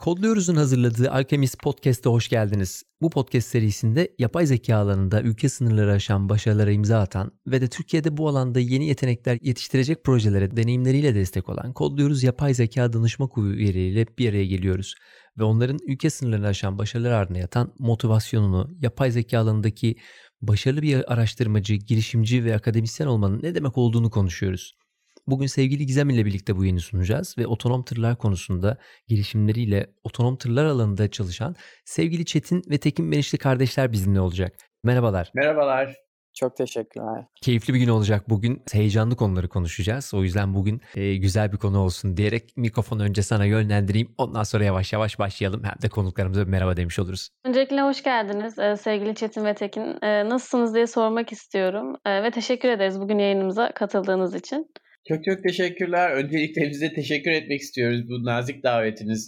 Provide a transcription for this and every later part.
Kodluyoruz'un hazırladığı Alchemist Podcast'a hoş geldiniz. Bu podcast serisinde yapay zeka alanında ülke sınırları aşan başarılara imza atan ve de Türkiye'de bu alanda yeni yetenekler yetiştirecek projelere deneyimleriyle destek olan Kodluyoruz Yapay Zeka Danışma Kurulu üyeleriyle bir araya geliyoruz. Ve onların ülke sınırlarını aşan başarılar ardına yatan motivasyonunu, yapay zeka alanındaki başarılı bir araştırmacı, girişimci ve akademisyen olmanın ne demek olduğunu konuşuyoruz. Bugün sevgili Gizem ile birlikte bu yayını sunacağız ve otonom tırlar konusunda girişimleriyle otonom tırlar alanında çalışan sevgili Çetin ve Tekin Menişli kardeşler bizimle olacak. Merhabalar. Merhabalar. Çok teşekkürler. Keyifli bir gün olacak bugün. Heyecanlı konuları konuşacağız. O yüzden bugün güzel bir konu olsun diyerek mikrofonu önce sana yönlendireyim. Ondan sonra yavaş yavaş başlayalım. Hem de konuklarımıza bir merhaba demiş oluruz. Öncelikle hoş geldiniz sevgili Çetin ve Tekin. Nasılsınız diye sormak istiyorum. Ve teşekkür ederiz bugün yayınımıza katıldığınız için. Çok teşekkürler. Öncelikle bize teşekkür etmek istiyoruz bu nazik davetiniz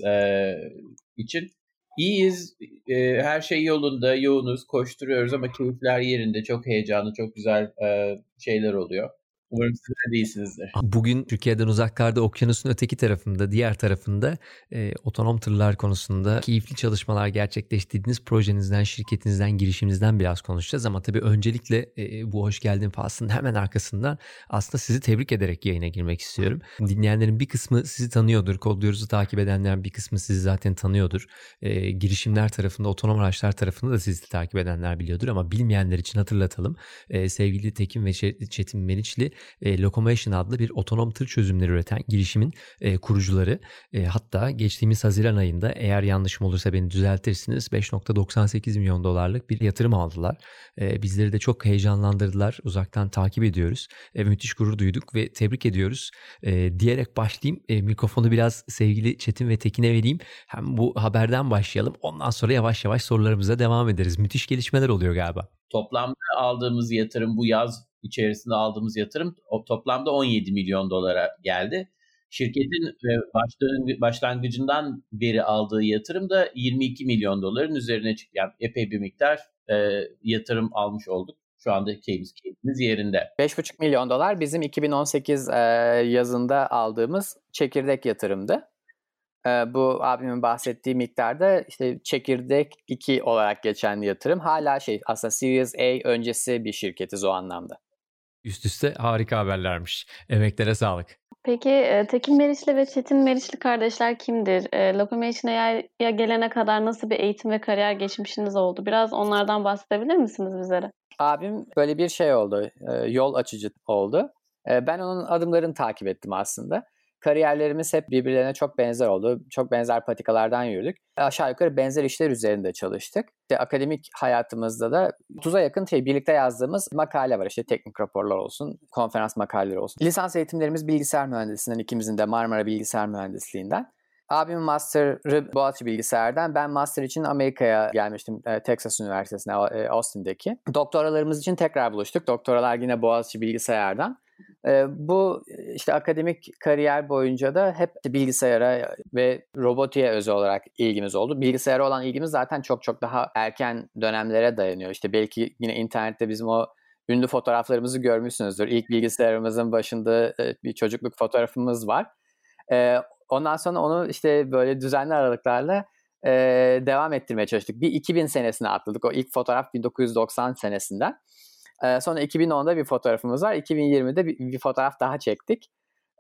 için. İyiyiz. Her şey yolunda, yoğunuz, koşturuyoruz ama keyifler yerinde. Çok heyecanlı, çok güzel şeyler oluyor. Umarım sizler de iyisinizdir. Bugün Türkiye'den uzaklarda okyanusun öteki tarafında, diğer tarafında otonom tırlar konusunda keyifli çalışmalar gerçekleştirdiğiniz projenizden, şirketinizden, girişiminizden biraz konuşacağız. Ama tabii öncelikle bu hoş geldin faslının hemen arkasından aslında sizi tebrik ederek yayına girmek istiyorum. Dinleyenlerin bir kısmı sizi tanıyordur. Kodluyoruz'u takip edenlerin bir kısmı sizi zaten tanıyordur. Girişimler tarafında, otonom araçlar tarafında da sizi takip edenler biliyordur. Ama bilmeyenler için hatırlatalım. Sevgili Tekin ve Çetin Meriçli Locomotion adlı bir otonom tır çözümleri üreten girişimin kurucuları. Hatta geçtiğimiz Haziran ayında eğer yanlışım olursa beni düzeltirsiniz 5.98 milyon dolarlık bir yatırım aldılar. Bizleri de çok heyecanlandırdılar. Uzaktan takip ediyoruz. Müthiş gurur duyduk ve tebrik ediyoruz. Diyerek başlayayım. Mikrofonu biraz sevgili Çetin ve Tekin'e vereyim. Hem bu haberden başlayalım. Ondan sonra yavaş yavaş sorularımıza devam ederiz. Müthiş gelişmeler oluyor galiba. Toplamda aldığımız yatırım, bu yaz içerisinde aldığımız yatırım toplamda 17 milyon dolara geldi. Şirketin başlangıcından beri aldığı yatırım da 22 milyon doların üzerine çıktı. Yani epey bir miktar yatırım almış olduk. Şu anda keyfimiz yerinde. 5,5 milyon dolar bizim 2018 yazında aldığımız çekirdek yatırımdı. Bu abimin bahsettiği miktarda işte çekirdek 2 olarak geçen yatırım. Hala aslında Series A öncesi bir şirketiz o anlamda. Üst üste harika haberlermiş. Emeklere sağlık. Peki Tekin Meriçli ve Çetin Meriçli kardeşler kimdir? Locomotion AI'ya gelene kadar nasıl bir eğitim ve kariyer geçmişiniz oldu? Biraz onlardan bahsedebilir misiniz bizlere? Abim böyle bir şey oldu, yol açıcı oldu. Ben onun adımlarını takip ettim aslında. Kariyerlerimiz hep birbirlerine çok benzer oldu. Çok benzer patikalardan yürüdük. Aşağı yukarı benzer işler üzerinde çalıştık. İşte akademik hayatımızda da 30'a yakın birlikte yazdığımız makale var. İşte teknik raporlar olsun, konferans makaleleri olsun. Lisans eğitimlerimiz bilgisayar mühendisliğinden, ikimizin de Marmara Bilgisayar Mühendisliğinden. Abimin master'ı Boğaziçi Bilgisayar'dan. Ben master için Amerika'ya gelmiştim. Texas Üniversitesi'ne, Austin'deki. Doktoralarımız için tekrar buluştuk. Doktoralar yine Boğaziçi Bilgisayar'dan. Bu işte akademik kariyer boyunca da hep bilgisayara ve robotiğe özel olarak ilgimiz oldu. Bilgisayara olan ilgimiz zaten çok daha erken dönemlere dayanıyor. İşte belki yine internette bizim o ünlü fotoğraflarımızı görmüşsünüzdür. İlk bilgisayarımızın başında bir çocukluk fotoğrafımız var. Ondan sonra onu işte böyle düzenli aralıklarla devam ettirmeye çalıştık. Bir 2000 senesine atladık. O ilk fotoğraf 1990 senesinden. Sonra 2010'da bir fotoğrafımız var. 2020'de bir fotoğraf daha çektik.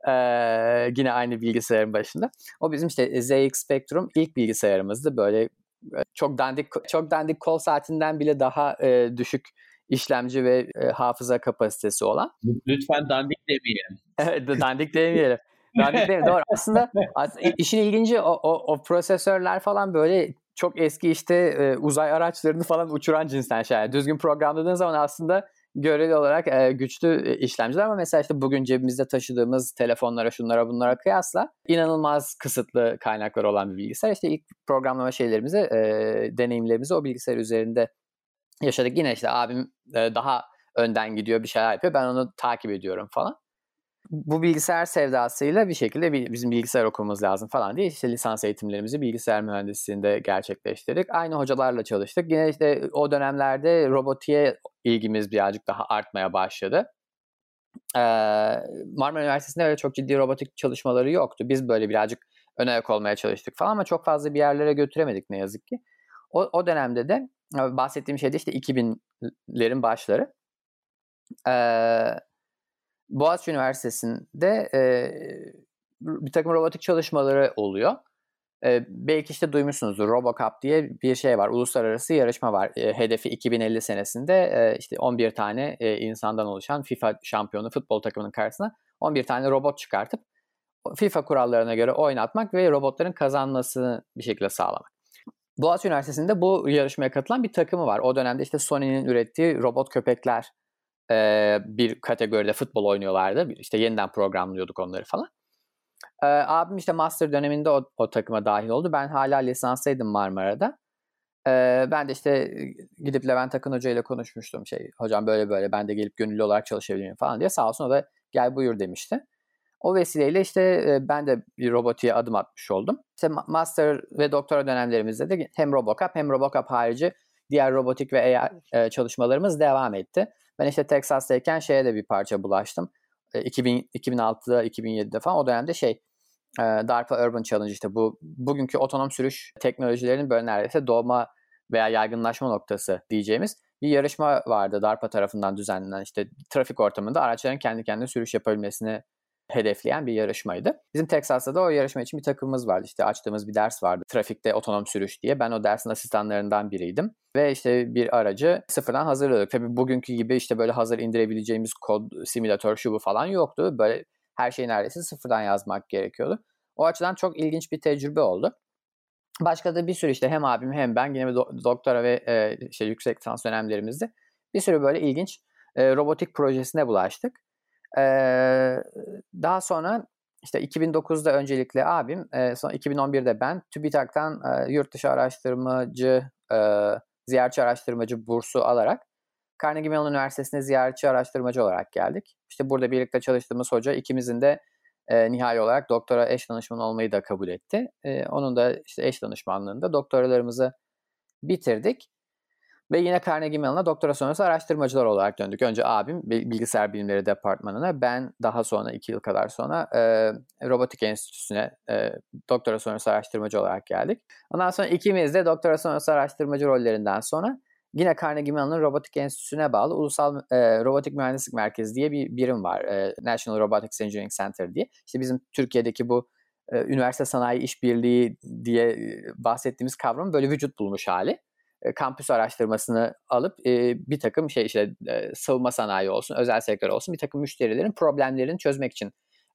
Yine aynı bilgisayarın başında. O bizim işte ZX Spectrum ilk bilgisayarımızdı. Böyle çok dandik kol saatinden bile daha düşük işlemci ve hafıza kapasitesi olan. Lütfen dandik demeyelim. Evet, dandik demeyelim. Doğru. Aslında işin ilginci o prosesörler falan böyle çok eski işte uzay araçlarını falan uçuran cinsten şeyler. Düzgün programladığın zaman aslında göreli olarak güçlü işlemciler ama mesela işte bugün cebimizde taşıdığımız telefonlara, şunlara, bunlara kıyasla inanılmaz kısıtlı kaynakları olan bir bilgisayar. İşte ilk programlama şeylerimizi, deneyimlerimizi o bilgisayar üzerinde yaşadık. Yine işte abim daha önden gidiyor, bir şeyler yapıyor. Ben onu takip ediyorum falan. Bu bilgisayar sevdasıyla bir şekilde bizim bilgisayar okumamız lazım falan diye işte lisans eğitimlerimizi bilgisayar mühendisliğinde gerçekleştirdik. Aynı hocalarla çalıştık. Yine işte o dönemlerde robotiğe ilgimiz birazcık daha artmaya başladı. Marmara Üniversitesi'nde öyle çok ciddi robotik çalışmaları yoktu. Biz böyle birazcık ön ayak olmaya çalıştık falan ama çok fazla bir yerlere götüremedik ne yazık ki. O dönemde de bahsettiğim şey de işte 2000'lerin başları. Boğaziçi Üniversitesi'nde bir takım robotik çalışmaları oluyor. Belki işte duymuşsunuzdur, RoboCup diye bir şey var. Uluslararası yarışma var. Hedefi 2050 senesinde işte 11 tane insandan oluşan FIFA şampiyonu futbol takımının karşısına 11 tane robot çıkartıp FIFA kurallarına göre oynatmak ve robotların kazanmasını bir şekilde sağlamak. Boğaziçi Üniversitesi'nde bu yarışmaya katılan bir takımı var. O dönemde işte Sony'nin ürettiği robot köpekler bir kategoride futbol oynuyorlardı. İşte yeniden programlıyorduk onları falan. Abim işte master döneminde o takıma dahil oldu. Ben hala lisanstaydım Marmara'da. Ben de işte gidip Levent Akın Hoca ile konuşmuştum. Hocam böyle ben de gelip gönüllü olarak çalışabilirim falan diye. Sağ olsun o da gel buyur demişti. O vesileyle işte ben de bir robotiğe adım atmış oldum. İşte master ve doktora dönemlerimizde de hem RoboCup hem RoboCup harici diğer robotik ve AI çalışmalarımız devam etti. Ben işte Texas'tayken şeye de bir parça bulaştım. 2006'da, 2007'de falan o dönemde DARPA Urban Challenge işte bugünkü otonom sürüş teknolojilerinin böyle neredeyse doğma veya yaygınlaşma noktası diyeceğimiz bir yarışma vardı DARPA tarafından düzenlenen işte trafik ortamında araçların kendi kendine sürüş yapabilmesini hedefleyen bir yarışmaydı. Bizim Texas'ta da o yarışma için bir takımımız vardı. İşte açtığımız bir ders vardı. Trafikte otonom sürüş diye. Ben o dersin asistanlarından biriydim. Ve işte bir aracı sıfırdan hazırlıyorduk. Tabii bugünkü gibi işte böyle hazır indirebileceğimiz kod, simülatör, şu bu falan yoktu. Böyle her şeyi neredeyse sıfırdan yazmak gerekiyordu. O açıdan çok ilginç bir tecrübe oldu. Başka da bir sürü işte hem abim hem ben yine bir doktora ve işte yüksek lisans dönemlerimizde bir sürü böyle ilginç robotik projesine bulaştık. Daha sonra işte 2009'da öncelikle abim, sonra 2011'de ben TÜBİTAK'tan yurt dışı araştırmacı, ziyaretçi araştırmacı bursu alarak Carnegie Mellon Üniversitesi'ne ziyaretçi araştırmacı olarak geldik. İşte burada birlikte çalıştığımız hoca ikimizin de nihai olarak doktora eş danışmanı olmayı da kabul etti. Onun da işte eş danışmanlığında doktoralarımızı bitirdik. Ve yine Carnegie Mellon'a doktora sonrası araştırmacılar olarak döndük. Önce abim bilgisayar bilimleri departmanına, ben daha sonra 2 yıl kadar sonra robotik enstitüsüne doktora sonrası araştırmacı olarak geldik. Ondan sonra ikimiz de doktora sonrası araştırmacı rollerinden sonra yine Carnegie Mellon'un robotik enstitüsüne bağlı Ulusal Robotik Mühendislik Merkezi diye bir birim var. National Robotics Engineering Center diye. İşte bizim Türkiye'deki bu üniversite sanayi işbirliği diye bahsettiğimiz kavramın böyle vücut bulmuş hali. Kampüs araştırmasını alıp bir takım savunma sanayi olsun, özel sektör olsun bir takım müşterilerin problemlerini çözmek için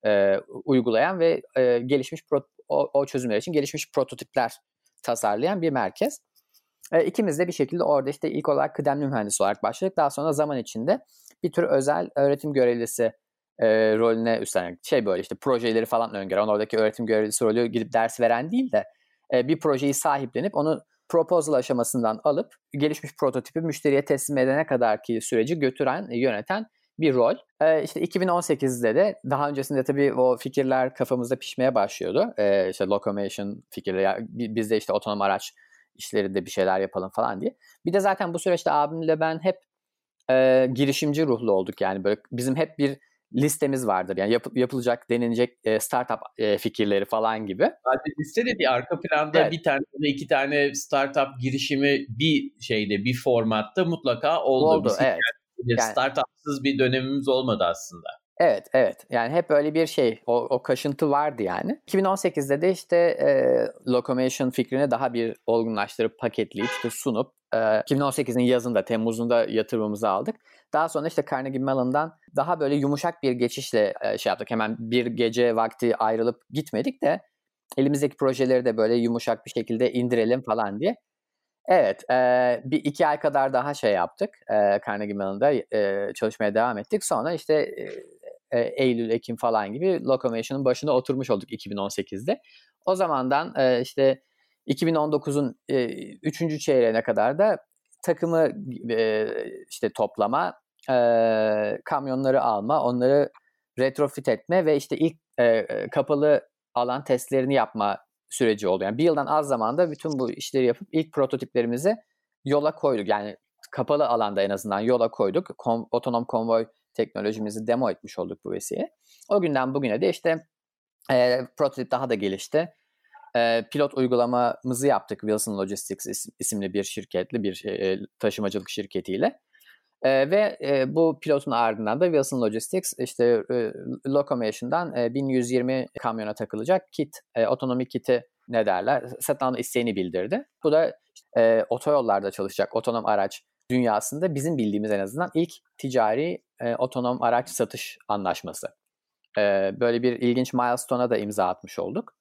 uygulayan ve gelişmiş o çözümler için gelişmiş prototipler tasarlayan bir merkez. İkimiz de bir şekilde orada işte ilk olarak kıdemli mühendis olarak başladık. Daha sonra zaman içinde bir tür özel öğretim görevlisi rolüne üstlenerek böyle işte projeleri falan öngören, oradaki öğretim görevlisi rolü gidip ders veren değil de bir projeyi sahiplenip onu proposal aşamasından alıp gelişmiş prototipi müşteriye teslim edene kadarki süreci yöneten bir rol. İşte 2018'de de daha öncesinde tabii o fikirler kafamızda pişmeye başlıyordu. İşte locomotion fikirleri, biz de işte otonom araç işlerinde bir şeyler yapalım falan diye. Bir de zaten bu süreçte abimle ben hep girişimci ruhlu olduk yani böyle bizim hep bir listemiz vardır. Yani yapılacak, denilecek startup fikirleri falan gibi. Zaten liste de bir arka planda evet. Bir tane ya 2 tane startup girişimi bir formatta mutlaka oldu. Bizim evet. Yani startupsız bir dönemimiz olmadı aslında. Evet. Yani hep öyle bir o kaşıntı vardı yani. 2018'de de işte locomotion fikrini daha bir olgunlaştırıp paketleyip işte sunup 2018'in yazında, Temmuz'unda yatırımımızı aldık. Daha sonra işte Carnegie Mellon'dan daha böyle yumuşak bir geçişle yaptık. Hemen bir gece vakti ayrılıp gitmedik de elimizdeki projeleri de böyle yumuşak bir şekilde indirelim falan diye. Evet, bir 2 ay kadar daha yaptık. Carnegie Mellon'da çalışmaya devam ettik. Sonra işte Eylül, Ekim falan gibi Locomotion'un başına oturmuş olduk 2018'de. O zamandan işte 2019'un 3. çeyreğine kadar da takımı işte toplama, kamyonları alma, onları retrofit etme ve işte ilk kapalı alan testlerini yapma süreci oldu. Yani bir yıldan az zamanda bütün bu işleri yapıp ilk prototiplerimizi yola koyduk. Yani kapalı alanda en azından yola koyduk. Otonom konvoy teknolojimizi demo etmiş olduk bu vesileyle. O günden bugüne de işte prototip daha da gelişti. pilot uygulamamızı yaptık Wilson Logistics isimli bir şirketle, bir taşımacılık şirketiyle. Ve bu pilotun ardından da Wilson Logistics işte Locomation'dan 1120 kamyona takılacak kit, otonomi kiti ne derler, satın alma isteğini bildirdi. Bu da otoyollarda çalışacak otonom araç dünyasında bizim bildiğimiz en azından ilk ticari otonom araç satış anlaşması. Böyle bir ilginç milestone'a da imza atmış olduk.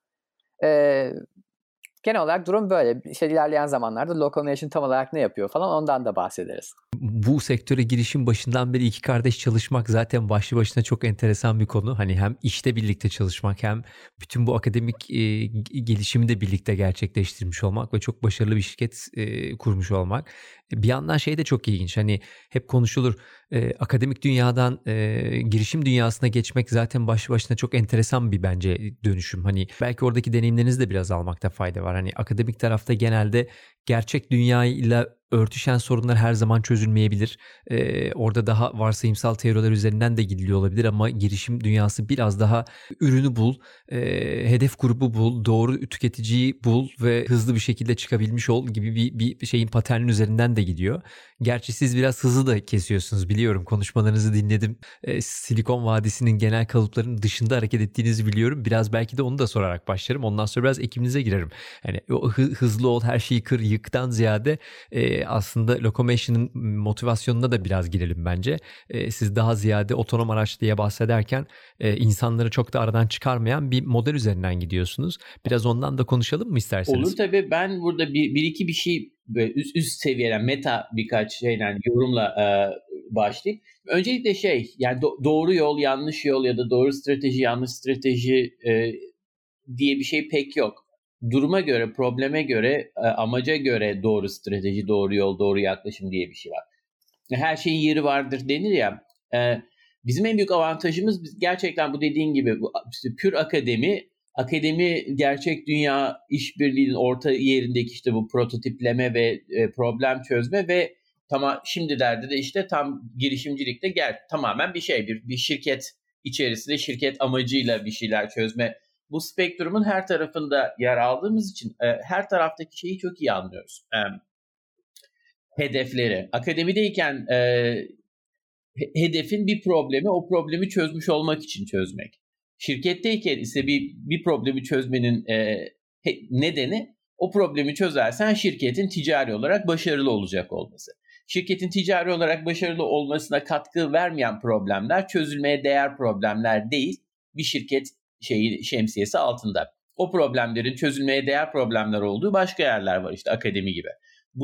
Genel olarak durum böyle. İşte ilerleyen zamanlarda Locomation tam olarak ne yapıyor falan ondan da bahsederiz. Bu sektöre girişin başından beri iki kardeş çalışmak zaten başlı başına çok enteresan bir konu. Hani hem işte birlikte çalışmak hem bütün bu akademik gelişimi de birlikte gerçekleştirmiş olmak ve çok başarılı bir şirket kurmuş olmak. Bir yandan şey de çok ilginç. Hani hep konuşulur. Akademik dünyadan girişim dünyasına geçmek zaten başlı başına çok enteresan bir bence dönüşüm. Hani belki oradaki deneyimlerinizi de biraz almakta fayda var. Hani akademik tarafta genelde gerçek dünyayla örtüşen sorunlar her zaman çözülmeyebilir. Orada daha varsayımsal teoriler üzerinden de gidiliyor olabilir ama girişim dünyası biraz daha ürünü bul, hedef grubu bul, doğru tüketiciyi bul ve hızlı bir şekilde çıkabilmiş ol gibi bir şeyin paternin üzerinden de gidiyor. Gerçi siz biraz hızlı da kesiyorsunuz biliyorum. Konuşmalarınızı dinledim. Silikon Vadisi'nin genel kalıplarının dışında hareket ettiğinizi biliyorum. Biraz belki de onu da sorarak başlarım. Ondan sonra biraz ekibinize girerim. Yani o hızlı ol, her şeyi kır, yıktan ziyade aslında Locomation'ın motivasyonuna da biraz girelim bence. Siz daha ziyade otonom araç diye bahsederken insanları çok da aradan çıkarmayan bir model üzerinden gidiyorsunuz. Biraz ondan da konuşalım mı isterseniz? Olur tabii. Ben burada bir iki bir şey üst seviyeden meta birkaç şeyden yorumla başlayayım. Öncelikle yani doğru yol, yanlış yol ya da doğru strateji, yanlış strateji diye bir şey pek yok. Duruma göre, probleme göre, amaca göre doğru strateji, doğru yol, doğru yaklaşım diye bir şey var. Her şeyin yeri vardır denir ya. Bizim en büyük avantajımız gerçekten bu dediğin gibi işte pür akademi gerçek dünya işbirliğinin orta yerindeki işte bu prototipleme ve problem çözme ve şimdilerde de işte tam girişimcilikte tamamen bir şirket içerisinde şirket amacıyla bir şeyler çözme. Bu spektrumun her tarafında yer aldığımız için her taraftaki şeyi çok iyi anlıyoruz. Hedefleri. Akademideyken hedefin bir problemi, o problemi çözmüş olmak için çözmek. Şirketteyken ise bir problemi çözmenin nedeni o problemi çözersen şirketin ticari olarak başarılı olacak olması. Şirketin ticari olarak başarılı olmasına katkı vermeyen problemler çözülmeye değer problemler değil, bir şirket şemsiyesi altında. O problemlerin çözülmeye değer problemler olduğu başka yerler var işte akademi gibi.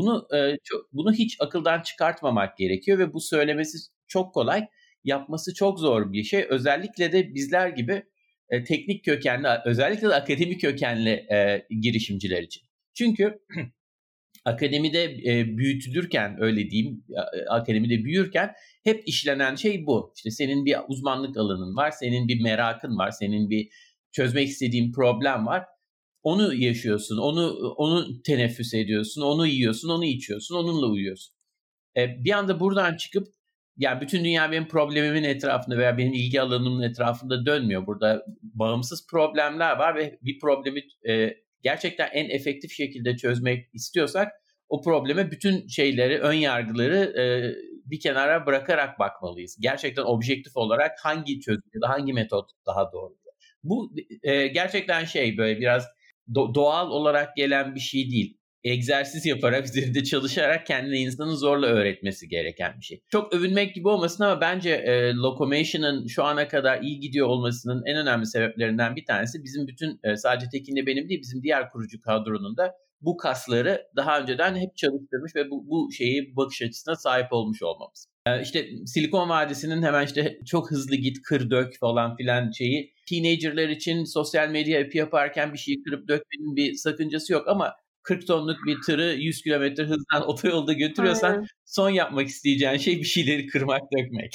Bunu hiç akıldan çıkartmamak gerekiyor ve bu söylemesi çok kolay, yapması çok zor bir şey. Özellikle de bizler gibi teknik kökenli, özellikle de akademik kökenli girişimciler için. Çünkü akademide büyütülürken, öyle diyeyim, akademide büyürken hep işlenen şey bu. İşte senin bir uzmanlık alanın var, senin bir merakın var, senin bir çözmek istediğin problem var. Onu yaşıyorsun, onu teneffüs ediyorsun, onu yiyorsun, onu içiyorsun, onunla uyuyorsun. Bir anda buradan çıkıp yani bütün dünya benim problemimin etrafında veya benim ilgi alanımın etrafında dönmüyor. Burada bağımsız problemler var ve bir problemi gerçekten en efektif şekilde çözmek istiyorsak o probleme bütün ön yargıları bir kenara bırakarak bakmalıyız. Gerçekten objektif olarak hangi çözüm ya da hangi metot daha doğru. Bu gerçekten böyle biraz doğal olarak gelen bir şey değil. Egzersiz yaparak, üzerinde çalışarak kendine insanın zorla öğretmesi gereken bir şey. Çok övünmek gibi olmasın ama bence Locomation'ın şu ana kadar iyi gidiyor olmasının en önemli sebeplerinden bir tanesi bizim bütün sadece Tekin'le benim değil, bizim diğer kurucu kadronun da bu kasları daha önceden hep çalıştırmış ve bu bakış açısına sahip olmuş olmamız. İşte Silikon Vadisi'nin hemen işte çok hızlı git, kır, dök falan filan teenager'lar için sosyal medya app'i yaparken bir şeyi kırıp dökmenin bir sakıncası yok ama 40 tonluk bir tırı 100 kilometre hızdan otoyolda götürüyorsan aynen, son yapmak isteyeceğin şey bir şeyleri kırmak, dökmek.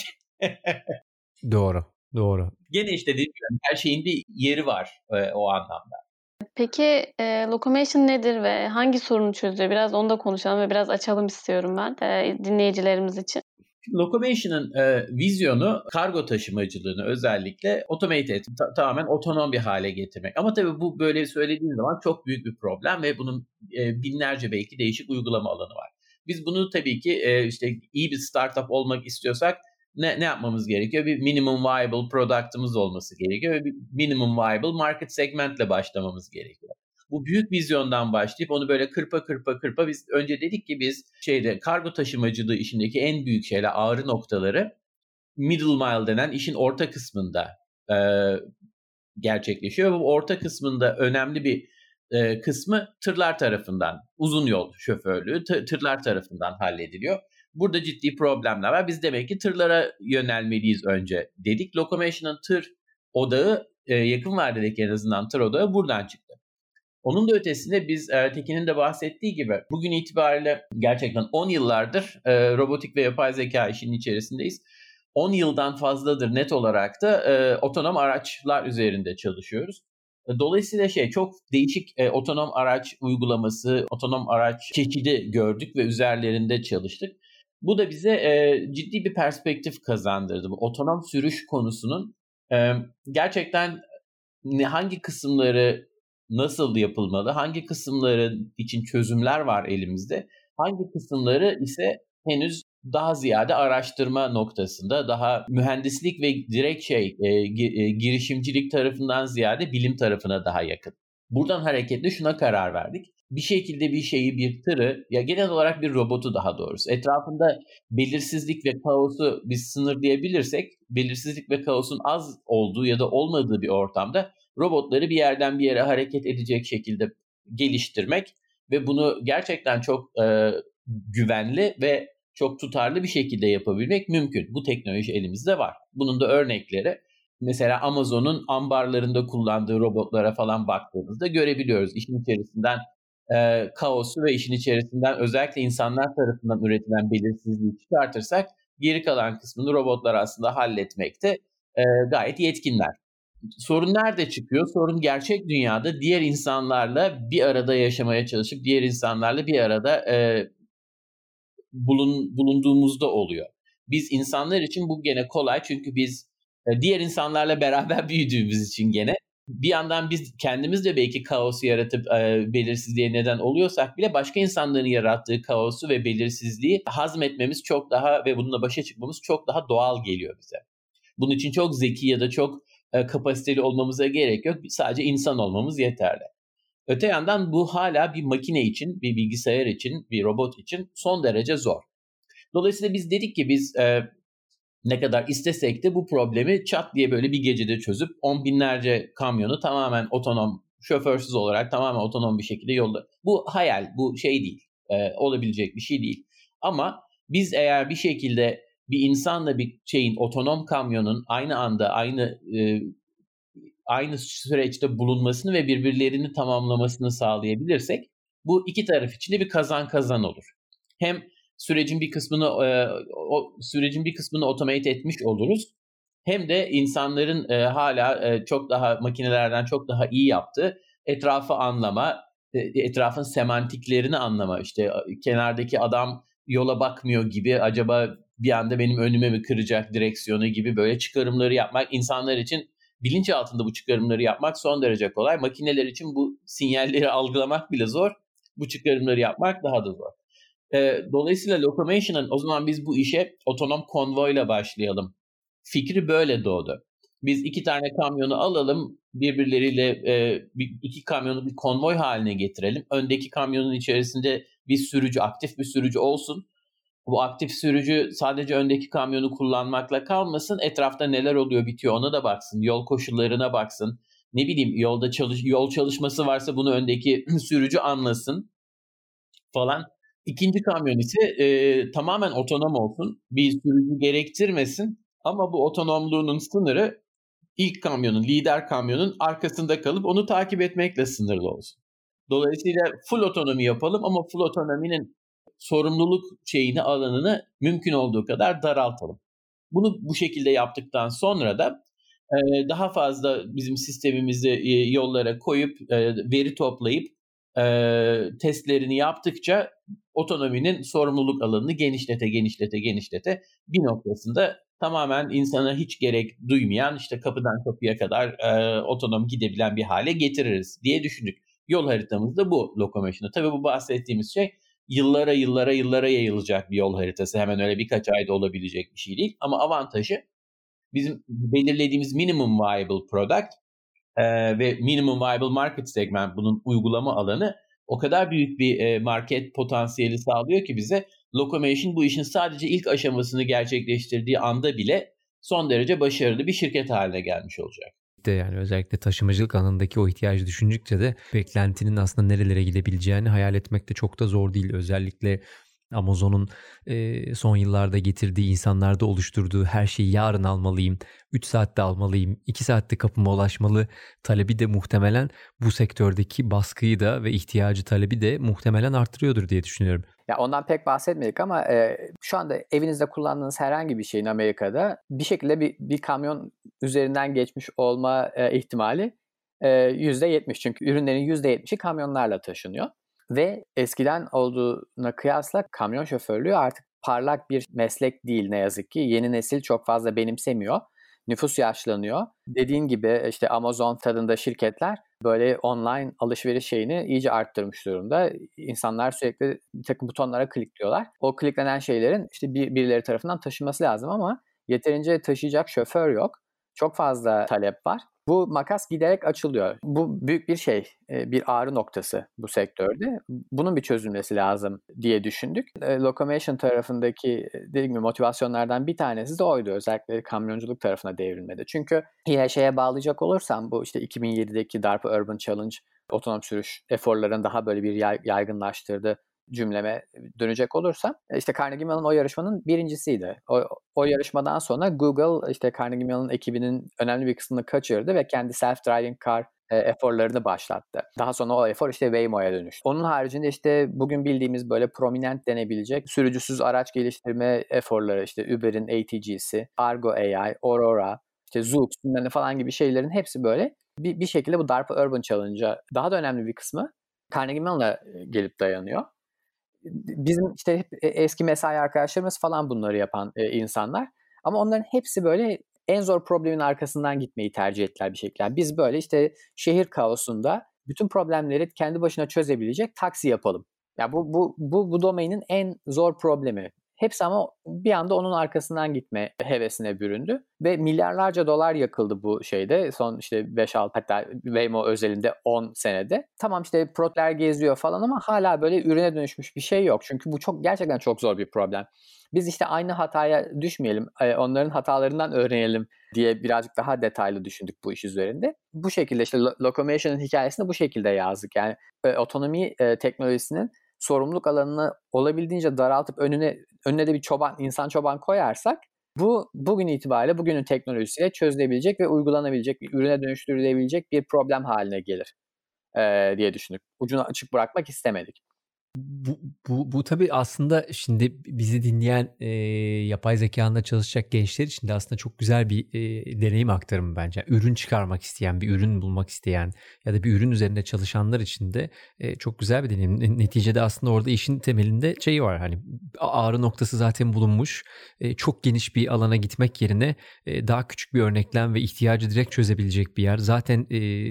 Doğru. Gene işte dediğim gibi her şeyin bir yeri var o anlamda. Peki Locomation nedir ve hangi sorunu çözüyor? Biraz onu da konuşalım ve biraz açalım istiyorum ben dinleyicilerimiz için. Locomation'ın vizyonu kargo taşımacılığını özellikle automate etmek, tamamen otonom bir hale getirmek. Ama tabii bu böyle söylediğim zaman çok büyük bir problem ve bunun binlerce belki değişik uygulama alanı var. Biz bunu tabii ki işte iyi bir startup olmak istiyorsak ne yapmamız gerekiyor? Bir minimum viable product'ımız olması gerekiyor ve bir minimum viable market segment'le başlamamız gerekiyor. Bu büyük vizyondan başlayıp onu böyle kırpa biz önce dedik ki biz kargo taşımacılığı işindeki en büyük şeyler, ağrı noktaları middle mile denen işin orta kısmında gerçekleşiyor. Bu orta kısmında önemli bir kısmı tırlar tarafından, uzun yol şoförlüğü tırlar tarafından hallediliyor. Burada ciddi problemler var. Biz demek ki tırlara yönelmeliyiz önce dedik. Locomation'ın tır odağı, yakın vadedeki en azından tır odağı buradan çıktı. Onun da ötesinde biz Tekin'in de bahsettiği gibi bugün itibariyle gerçekten 10 yıllardır robotik ve yapay zeka işinin içerisindeyiz. 10 yıldan fazladır net olarak da otonom araçlar üzerinde çalışıyoruz. Dolayısıyla çok değişik otonom araç uygulaması, otonom araç çeşidi gördük ve üzerlerinde çalıştık. Bu da bize ciddi bir perspektif kazandırdı. Bu otonom sürüş konusunun gerçekten hangi kısımları nasıl yapılmalı, hangi kısımları için çözümler var elimizde, hangi kısımları ise henüz daha ziyade araştırma noktasında, daha mühendislik ve direkt girişimcilik tarafından ziyade bilim tarafına daha yakın. Buradan hareketle şuna karar verdik. Bir şekilde bir şeyi, bir tırı, ya genel olarak bir robotu daha doğrusu, etrafında belirsizlik ve kaosu biz sınırlayabilirsek, belirsizlik ve kaosun az olduğu ya da olmadığı bir ortamda robotları bir yerden bir yere hareket edecek şekilde geliştirmek ve bunu gerçekten çok güvenli ve çok tutarlı bir şekilde yapabilmek mümkün. Bu teknoloji elimizde var. Bunun da örnekleri mesela Amazon'un ambarlarında kullandığı robotlara falan baktığımızda görebiliyoruz. İşin içerisinden kaosu ve işin içerisinden özellikle insanlar tarafından üretilen belirsizliği çıkartırsak geri kalan kısmını robotlar aslında halletmekte gayet yetkinler. Sorun nerede çıkıyor? Sorun gerçek dünyada diğer insanlarla bir arada yaşamaya çalışıp diğer insanlarla bir arada bulunduğumuzda oluyor. Biz insanlar için bu gene kolay çünkü biz diğer insanlarla beraber büyüdüğümüz için gene bir yandan biz kendimiz de belki kaosu yaratıp belirsizliğe neden oluyorsak bile başka insanların yarattığı kaosu ve belirsizliği hazmetmemiz çok daha ve bununla başa çıkmamız çok daha doğal geliyor bize. Bunun için çok zeki ya da çok kapasiteli olmamıza gerek yok. Sadece insan olmamız yeterli. Öte yandan bu hala bir makine için, bir bilgisayar için, bir robot için son derece zor. Dolayısıyla biz dedik ki biz ne kadar istesek de bu problemi çat diye böyle bir gecede çözüp 10 binlerce kamyonu tamamen otonom, şoförsüz olarak tamamen otonom bir şekilde yolda. Bu hayal, bu değil, olabilecek bir şey değil. Ama biz eğer bir şekilde bir insanla bir otonom kamyonun aynı anda aynı süreçte bulunmasını ve birbirlerini tamamlamasını sağlayabilirsek bu iki taraf için de bir kazan olur. Hem sürecin bir kısmını automate etmiş oluruz. Hem de insanların hala çok daha makinelerden çok daha iyi yaptığı etrafı anlama, etrafın semantiklerini anlama. İşte kenardaki adam yola bakmıyor gibi acaba bir anda benim önüme mi kıracak direksiyonu gibi böyle çıkarımları yapmak insanlar için bilinç altında bu çıkarımları yapmak son derece kolay. Makineler için bu sinyalleri algılamak bile zor. Bu çıkarımları yapmak daha da zor. Dolayısıyla Locomation'ın o zaman biz bu işe otonom konvoyla başlayalım fikri böyle doğdu. Biz 2 tane kamyonu alalım, birbirleriyle iki kamyonu bir konvoy haline getirelim. Öndeki kamyonun içerisinde bir sürücü, aktif bir sürücü olsun. Bu aktif sürücü sadece öndeki kamyonu kullanmakla kalmasın. Etrafta neler oluyor bitiyor ona da baksın. Yol koşullarına baksın. Ne bileyim yolda yol çalışması varsa bunu öndeki sürücü anlasın falan. İkinci kamyon ise tamamen otonom olsun. Bir sürücü gerektirmesin. Ama bu otonomluğunun sınırı ilk kamyonun, lider kamyonun arkasında kalıp onu takip etmekle sınırlı olsun. Dolayısıyla full otonomi yapalım ama full otonominin sorumluluk alanını mümkün olduğu kadar daraltalım. Bunu bu şekilde yaptıktan sonra da daha fazla bizim sistemimizi yollara koyup veri toplayıp testlerini yaptıkça otonominin sorumluluk alanını genişlete bir noktasında tamamen insana hiç gerek duymayan işte kapıdan kapıya kadar otonom gidebilen bir hale getiririz diye düşündük. Yol haritamız da bu Locomation'da. Tabii bu bahsettiğimiz şey yıllara yayılacak bir yol haritası. Hemen öyle birkaç ayda olabilecek bir şey değil. Ama avantajı bizim belirlediğimiz minimum viable product ve minimum viable market segment, bunun uygulama alanı o kadar büyük bir market potansiyeli sağlıyor ki bize Locomation bu işin sadece ilk aşamasını gerçekleştirdiği anda bile son derece başarılı bir şirket haline gelmiş olacak. Yani özellikle taşımacılık alanındaki o ihtiyacı düşündükçe de beklentinin aslında nerelere gidebileceğini hayal etmek de çok da zor değil. Özellikle Amazon'un son yıllarda getirdiği, insanlarda oluşturduğu her şeyi yarın almalıyım, 3 saatte almalıyım, 2 saatte kapıma ulaşmalı talebi de muhtemelen bu sektördeki baskıyı da ve ihtiyacı talebi de muhtemelen arttırıyordur diye düşünüyorum. Ya ondan pek bahsetmedik ama şu anda evinizde kullandığınız herhangi bir şeyin Amerika'da bir şekilde bir kamyon üzerinden geçmiş olma ihtimali %70. Çünkü ürünlerin %70'i kamyonlarla taşınıyor. Ve eskiden olduğuna kıyasla kamyon şoförlüğü artık parlak bir meslek değil ne yazık ki. Yeni nesil çok fazla benimsemiyor. Nüfus yaşlanıyor. Dediğin gibi işte Amazon tadında şirketler böyle online alışveriş şeyini iyice arttırmış durumda. İnsanlar sürekli bir takım butonlara klikliyorlar. O kliklenen şeylerin işte birileri tarafından taşınması lazım ama yeterince taşıyacak şoför yok. Çok fazla talep var. Bu makas giderek açılıyor. Bu büyük bir şey, bir ağrı noktası bu sektörde. Bunun bir çözülmesi lazım diye düşündük. Locomation tarafındaki dediğim gibi motivasyonlardan bir tanesi de oydu. Özellikle kamyonculuk tarafına devrilmedi. Çünkü yine şeye bağlayacak olursam bu işte 2007'deki DARPA Urban Challenge otonom sürüş eforlarını daha böyle bir yaygınlaştırdı cümleme dönecek olursam işte Carnegie Mellon o yarışmanın birincisiydi. O yarışmadan sonra Google işte Carnegie Mellon ekibinin önemli bir kısmını kaçırdı ve kendi self-driving car eforlarını başlattı. Daha sonra o efor işte Waymo'ya dönüştü. Onun haricinde işte bugün bildiğimiz böyle prominent denebilecek sürücüsüz araç geliştirme eforları işte Uber'in ATG'si, Argo AI, Aurora, işte Zoox falan gibi şeylerin hepsi böyle bir şekilde bu DARPA Urban Challenge'a daha da önemli bir kısmı Carnegie Mellon'a gelip dayanıyor. Bizim işte hep eski mesai arkadaşlarımız falan bunları yapan insanlar. Ama onların hepsi böyle en zor problemin arkasından gitmeyi tercih ettiler bir şekilde. Yani biz böyle işte şehir kaosunda bütün problemleri kendi başına çözebilecek taksi yapalım. Ya yani bu domainin en zor problemi. Hepsi ama bir anda onun arkasından gitme hevesine büründü. Ve milyarlarca dolar yakıldı bu şeyde. Son işte 5-6 hatta Waymo özelinde 10 senede. Tamam işte protler geziyor falan ama hala böyle ürüne dönüşmüş bir şey yok. Çünkü bu gerçekten çok zor bir problem. Biz işte aynı hataya düşmeyelim, onların hatalarından öğrenelim diye birazcık daha detaylı düşündük bu iş üzerinde. Bu şekilde işte Locomation'ın hikayesini bu şekilde yazdık. Yani otonomi teknolojisinin sorumluluk alanını olabildiğince daraltıp önüne de bir insan çoban koyarsak bu bugün itibariyle bugünün teknolojisiyle çözülebilecek ve uygulanabilecek, ürüne dönüştürülebilecek bir problem haline gelir diye düşündük. Ucunu açık bırakmak istemedik. Bu tabii aslında şimdi bizi dinleyen yapay zekanla çalışacak gençler için de aslında çok güzel bir deneyim aktarımı bence. Ürün çıkarmak isteyen, bir ürün bulmak isteyen ya da bir ürün üzerinde çalışanlar için de çok güzel bir deneyim. Neticede aslında orada işin temelinde şey var, hani ağrı noktası zaten bulunmuş. Çok geniş bir alana gitmek yerine daha küçük bir örneklem ve ihtiyacı direkt çözebilecek bir yer. Zaten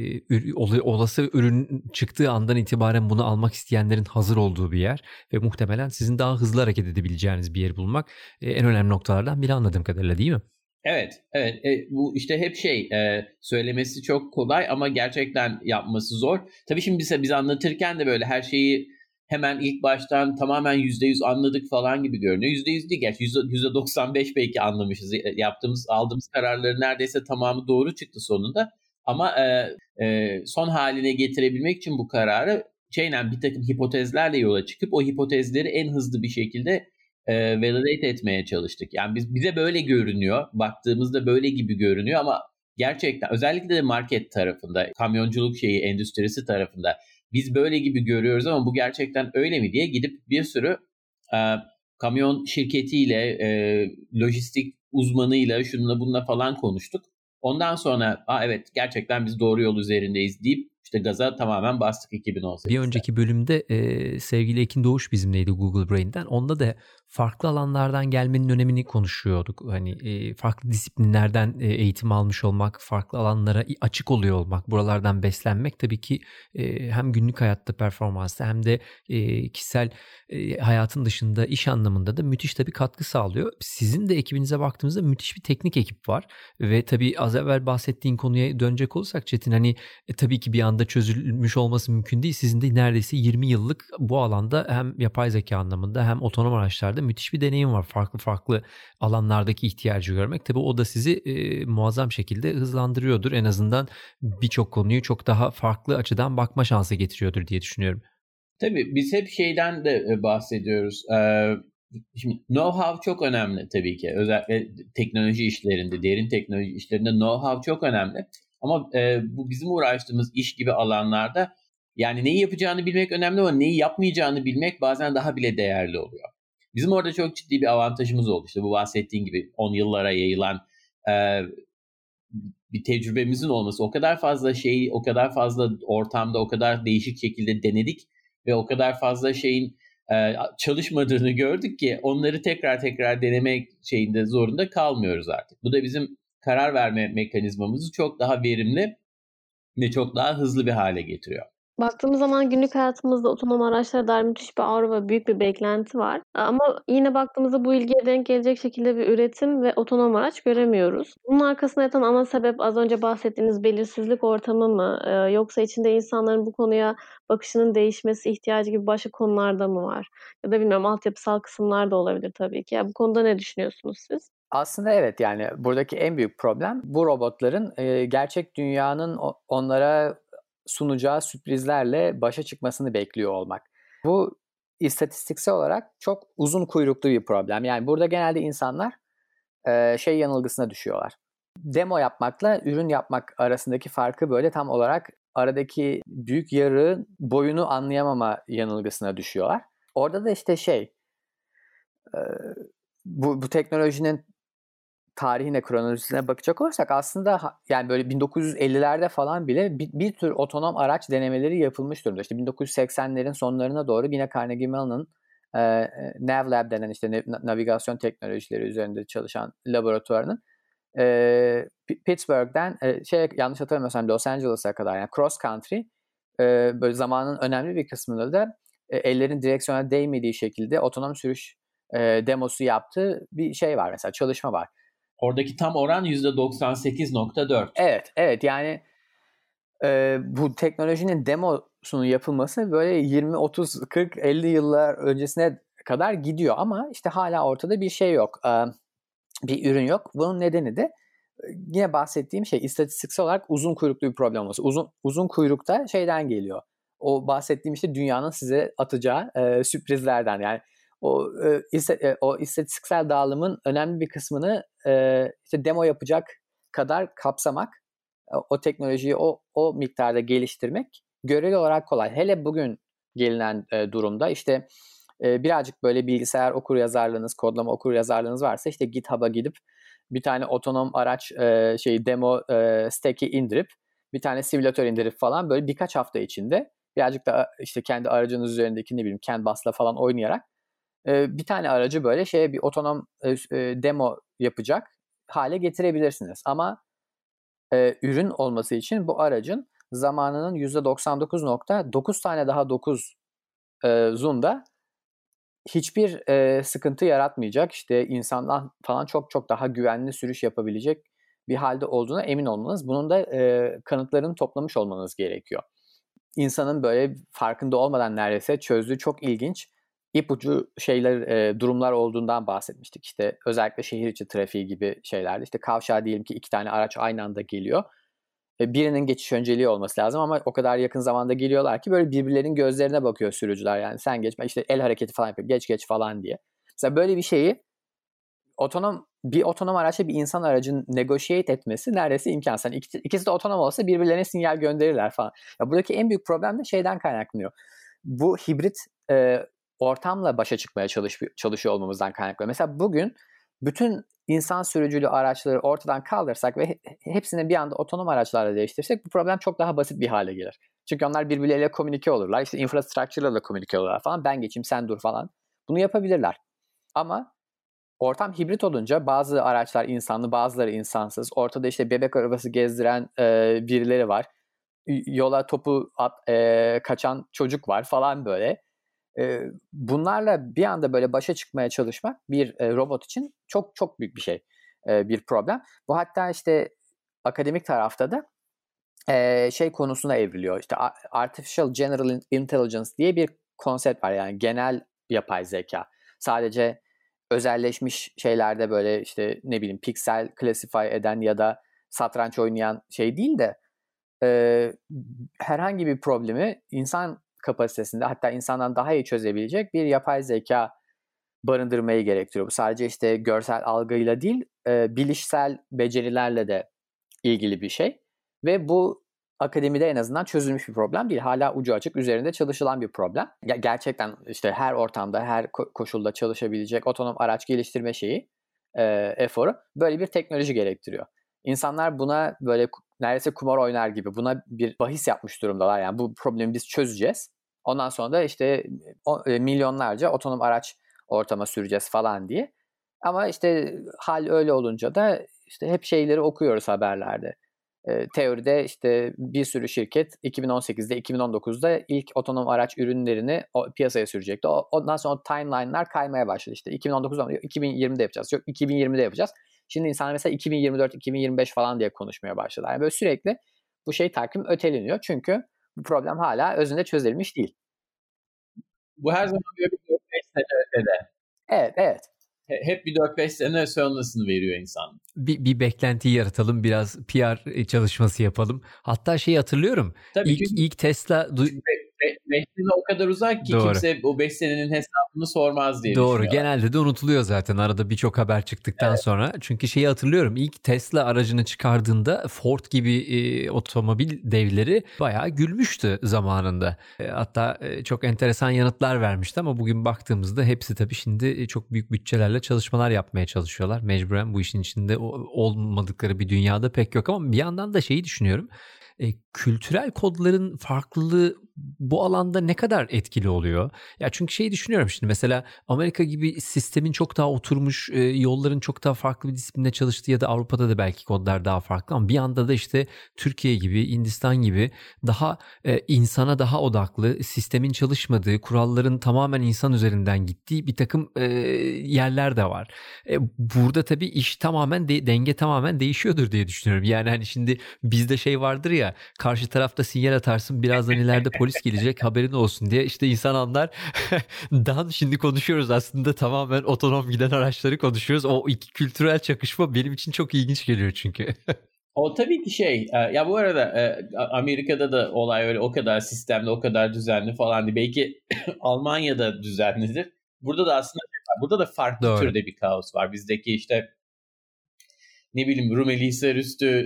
olası ürün çıktığı andan itibaren bunu almak isteyenlerin hazır olduğu bir yer ve muhtemelen sizin daha hızlı hareket edebileceğiniz bir yer bulmak en önemli noktalardan biri anladığım kadarıyla, değil mi? Evet. Bu işte hep söylemesi çok kolay ama gerçekten yapması zor. Tabii şimdi biz anlatırken de böyle her şeyi hemen ilk baştan tamamen %100 anladık falan gibi görünüyor. %100 değil, gerçi %95 belki anlamışız. Aldığımız kararların neredeyse tamamı doğru çıktı sonunda. Ama son haline getirebilmek için bu kararı bir takım hipotezlerle yola çıkıp o hipotezleri en hızlı bir şekilde validate etmeye çalıştık. Yani bize böyle görünüyor, baktığımızda böyle gibi görünüyor ama gerçekten özellikle de market tarafında, kamyonculuk endüstrisi tarafında biz böyle gibi görüyoruz ama bu gerçekten öyle mi diye gidip bir sürü kamyon şirketiyle, lojistik uzmanıyla, şununla bununla falan konuştuk. Ondan sonra evet gerçekten biz doğru yol üzerindeyiz deyip işte gaza tamamen bastık 2018'de. Bir önceki bölümde sevgili Ekin Doğuş bizimleydi Google Brain'den. Onda da farklı alanlardan gelmenin önemini konuşuyorduk. Hani farklı disiplinlerden eğitim almış olmak, farklı alanlara açık oluyor olmak, buralardan beslenmek tabii ki hem günlük hayatta performansta hem de kişisel hayatın dışında iş anlamında da müthiş tabii katkı sağlıyor. Sizin de ekibinize baktığımızda müthiş bir teknik ekip var ve tabii az evvel bahsettiğin konuya dönecek olursak Çetin, hani tabii ki bir anda çözülmüş olması mümkün değil. Sizin de neredeyse 20 yıllık bu alanda hem yapay zeka anlamında hem otonom araçlarda müthiş bir deneyim var. Farklı alanlardaki ihtiyacı görmek. Tabii o da sizi muazzam şekilde hızlandırıyordur. En azından birçok konuyu çok daha farklı açıdan bakma şansı getiriyordur diye düşünüyorum. Tabii biz hep şeyden de bahsediyoruz. Şimdi know-how çok önemli tabii ki. Özellikle teknoloji işlerinde, derin teknoloji işlerinde know-how çok önemli. Ama bu bizim uğraştığımız iş gibi alanlarda yani neyi yapacağını bilmek önemli ama neyi yapmayacağını bilmek bazen daha bile değerli oluyor. Bizim orada çok ciddi bir avantajımız oldu. İşte bu bahsettiğin gibi 10 yıllara yayılan bir tecrübemizin olması. O kadar fazla şeyi, o kadar fazla ortamda, o kadar değişik şekilde denedik ve o kadar fazla şeyin çalışmadığını gördük ki onları tekrar denemek şeyinde zorunda kalmıyoruz artık. Bu da bizim karar verme mekanizmamızı çok daha verimli ve çok daha hızlı bir hale getiriyor. Baktığımız zaman günlük hayatımızda otonom araçlara dair müthiş bir arzu ve büyük bir beklenti var. Ama yine baktığımızda bu ilgiye denk gelecek şekilde bir üretim ve otonom araç göremiyoruz. Bunun arkasında yatan ana sebep az önce bahsettiğiniz belirsizlik ortamı mı? Yoksa içinde insanların bu konuya bakışının değişmesi ihtiyacı gibi başka konularda mı var? Ya da bilmiyorum, altyapısal kısımlar da olabilir tabii ki. Ya bu konuda ne düşünüyorsunuz siz? Aslında evet, yani buradaki en büyük problem bu robotların gerçek dünyanın onlara sunacağı sürprizlerle başa çıkmasını bekliyor olmak. Bu istatistiksel olarak çok uzun kuyruklu bir problem. Yani burada genelde insanlar yanılgısına düşüyorlar. Demo yapmakla ürün yapmak arasındaki farkı böyle tam olarak aradaki büyük yarığın boyunu anlayamama yanılgısına düşüyorlar. Orada da işte bu teknolojinin tarihine, kronolojisine bakacak olursak aslında yani böyle 1950'lerde falan bile bir tür otonom araç denemeleri yapılmış durumda. İşte 1980'lerin sonlarına doğru yine Carnegie Mellon'ın NavLab denen işte navigasyon teknolojileri üzerinde çalışan laboratuvarının Pittsburgh'den yanlış hatırlamıyorsam Los Angeles'a kadar yani cross country böyle zamanın önemli bir kısmında da ellerin direksiyona değmediği şekilde otonom sürüş demosu yaptığı bir şey var, mesela çalışma var. Oradaki tam oran %98.4. Evet yani bu teknolojinin demosunun yapılması böyle 20, 30, 40, 50 yıllar öncesine kadar gidiyor ama işte hala ortada bir şey yok. Bir ürün yok. Bunun nedeni de yine bahsettiğim şey istatistiksel olarak uzun kuyruklu bir problem olması. Uzun kuyrukta şeyden geliyor. O bahsettiğim işte dünyanın size atacağı sürprizlerden, yani o istatistiksel dağılımın önemli bir kısmını işte demo yapacak kadar kapsamak, o teknolojiyi o miktarda geliştirmek göreli olarak kolay. Hele bugün gelinen durumda işte birazcık böyle bilgisayar okuryazarlığınız, kodlama okuryazarlığınız varsa işte GitHub'a gidip bir tane otonom araç demo stack'i indirip bir tane simülatör indirip falan böyle birkaç hafta içinde birazcık da işte kendi aracınız üzerindeki ne bileyim CAN bus'la falan oynayarak bir tane aracı böyle bir otonom demo yapacak hale getirebilirsiniz. Ama ürün olması için bu aracın zamanının %99.9 tane daha 9 zoom'da hiçbir sıkıntı yaratmayacak, işte insandan falan çok daha güvenli sürüş yapabilecek bir halde olduğuna emin olmanız, bunun da kanıtlarını toplamış olmanız gerekiyor. İnsanın böyle farkında olmadan neredeyse çözdüğü çok ilginç ipucu durumlar olduğundan bahsetmiştik. İşte özellikle şehir içi trafiği gibi şeylerde işte kavşağa diyelim ki 2 tane araç aynı anda geliyor. Birinin geçiş önceliği olması lazım ama o kadar yakın zamanda geliyorlar ki böyle birbirlerinin gözlerine bakıyor sürücüler, yani sen geçme, işte el hareketi falan yapıyor, geç falan diye. Mesela böyle bir şeyi bir otonom araçla bir insan aracın negotiate etmesi neredeyse imkansız. Yani ikisi de otonom olsa birbirlerine sinyal gönderirler falan. Ya buradaki en büyük problem de şeyden kaynaklanıyor. Bu hibrit ortamla başa çıkmaya çalışıyor olmamızdan kaynaklanıyor. Mesela bugün bütün insan sürücülü araçları ortadan kaldırsak ve hepsini bir anda otonom araçlarla değiştirsek bu problem çok daha basit bir hale gelir. Çünkü onlar birbirleriyle komünike olurlar. İşte infrastructure'la da komünike olurlar falan. Ben geçeyim sen dur falan. Bunu yapabilirler. Ama ortam hibrit olunca bazı araçlar insanlı, bazıları insansız. Ortada işte bebek arabası gezdiren birileri var. Yola topu kaçan çocuk var falan böyle. Bunlarla bir anda böyle başa çıkmaya çalışmak bir robot için çok çok büyük bir şey, bir problem. Bu hatta işte akademik tarafta da şey konusuna evriliyor. İşte Artificial General Intelligence diye bir konsept var, yani genel yapay zeka. Sadece özelleşmiş şeylerde böyle işte ne bileyim piksel classify eden ya da satranç oynayan şey değil de herhangi bir problemi insan kapasitesinde, hatta insandan daha iyi çözebilecek bir yapay zeka barındırmayı gerektiriyor. Bu sadece işte görsel algıyla değil, bilişsel becerilerle de ilgili bir şey. Ve bu akademide en azından çözülmüş bir problem değil. Hala ucu açık üzerinde çalışılan bir problem. Gerçekten işte her ortamda, her koşulda çalışabilecek otonom araç geliştirme şeyi, eforu böyle bir teknoloji gerektiriyor. İnsanlar buna böyle neredeyse kumar oynar gibi buna bir bahis yapmış durumdalar. Yani bu problemi biz çözeceğiz. Ondan sonra da işte milyonlarca otonom araç ortama süreceğiz falan diye. Ama işte hal öyle olunca da işte hep şeyleri okuyoruz haberlerde. Teoride işte bir sürü şirket 2018'de, 2019'da ilk otonom araç ürünlerini piyasaya sürecekti. Ondan sonra o timeline'lar kaymaya başladı. İşte 2019'da 2020'de yapacağız. Yok 2020'de yapacağız. Şimdi insanlar mesela 2024, 2025 falan diye konuşmaya başladı. Yani böyle sürekli bu şey takvim öteleniyor. Çünkü bu problem hala özünde çözülmüş değil. Bu her zaman böyle bir 4-5 sene ötede. Evet. Hep bir 4-5 sene sonrasını veriyor insan. Bir beklenti yaratalım, biraz PR çalışması yapalım. Hatta şeyi hatırlıyorum. Tabii ilk Tesla 5 sene o kadar uzak ki kimse o 5 senenin hesabını sormaz diye Doğru. düşünüyorlar. Genelde de unutuluyor zaten arada birçok haber çıktıktan sonra. Çünkü şeyi hatırlıyorum. İlk Tesla aracını çıkardığında Ford gibi otomobil devleri bayağı gülmüştü zamanında. Hatta çok enteresan yanıtlar vermişti ama bugün baktığımızda hepsi tabii şimdi çok büyük bütçelerle çalışmalar yapmaya çalışıyorlar. Mecburen bu işin içinde olmadıkları bir dünyada pek yok ama bir yandan da şeyi düşünüyorum. Kültürel kodların farklılığı bu alanda ne kadar etkili oluyor? Ya çünkü şeyi düşünüyorum şimdi, mesela Amerika gibi sistemin çok daha oturmuş, yolların çok daha farklı bir disiplinde çalıştığı ya da Avrupa'da da belki kodlar daha farklı ama bir anda da işte Türkiye gibi, Hindistan gibi daha insana daha odaklı, sistemin çalışmadığı, kuralların tamamen insan üzerinden gittiği bir takım yerler de var. Burada tabii iş tamamen denge tamamen değişiyordur diye düşünüyorum. Yani hani şimdi bizde şey vardır ya, karşı tarafta sinyal atarsın, birazdan ileride polis gelecek, haberin olsun diye, işte insan anlar. Şimdi konuşuyoruz aslında, tamamen otonom giden araçları konuşuyoruz. O iki kültürel çakışma benim için çok ilginç geliyor çünkü. O tabii ki ya bu arada Amerika'da da olay öyle o kadar sistemli, o kadar düzenli falan değil. Belki Almanya'da düzenlidir. Burada da aslında burada da farklı türde bir kaos var. Bizdeki işte ne bileyim Rumeli Hisarüstü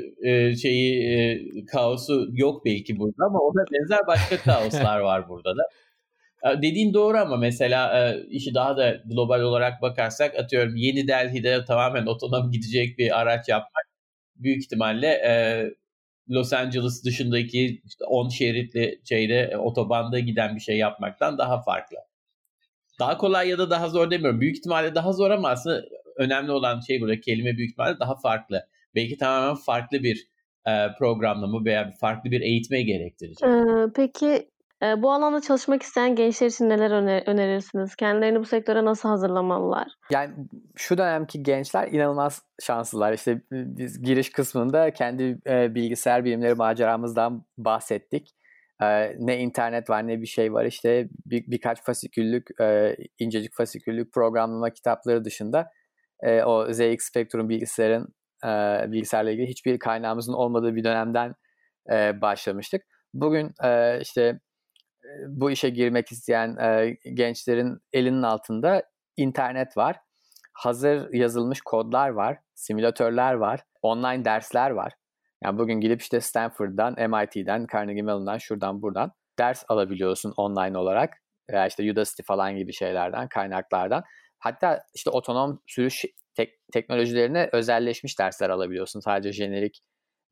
kaosu yok belki burada ama ona benzer başka kaoslar var burada da. Dediğin doğru ama mesela işi daha da global olarak bakarsak, atıyorum Yeni Delhi'de tamamen otonom gidecek bir araç yapmak büyük ihtimalle Los Angeles dışındaki işte 10 şeritli otobanda giden bir şey yapmaktan daha farklı. Daha kolay ya da daha zor demiyorum. Büyük ihtimalle daha zor ama aslında önemli olan şey burada, kelime büyük ihtimalle daha farklı. Belki tamamen farklı bir programlama veya farklı bir eğitime gerektirecek. Peki bu alanda çalışmak isteyen gençler için neler önerirsiniz? Kendilerini bu sektöre nasıl hazırlamalılar? Yani şu dönemki gençler inanılmaz şanslılar. İşte biz giriş kısmında kendi bilgisayar bilimleri maceramızdan bahsettik. Ne internet var ne bir şey var. İşte birkaç fasiküllük, incecik fasiküllük programlama kitapları dışında o ZX Spectrum bilgisayarla ilgili hiçbir kaynağımızın olmadığı bir dönemden başlamıştık. Bugün işte bu işe girmek isteyen gençlerin elinin altında internet var. Hazır yazılmış kodlar var, simülatörler var, online dersler var. Yani bugün gidip işte Stanford'dan, MIT'den, Carnegie Mellon'dan, şuradan buradan ders alabiliyorsun online olarak. Veya işte Udacity falan gibi şeylerden, kaynaklardan. Hatta işte otonom sürüş teknolojilerine özelleşmiş dersler alabiliyorsun. Sadece jenerik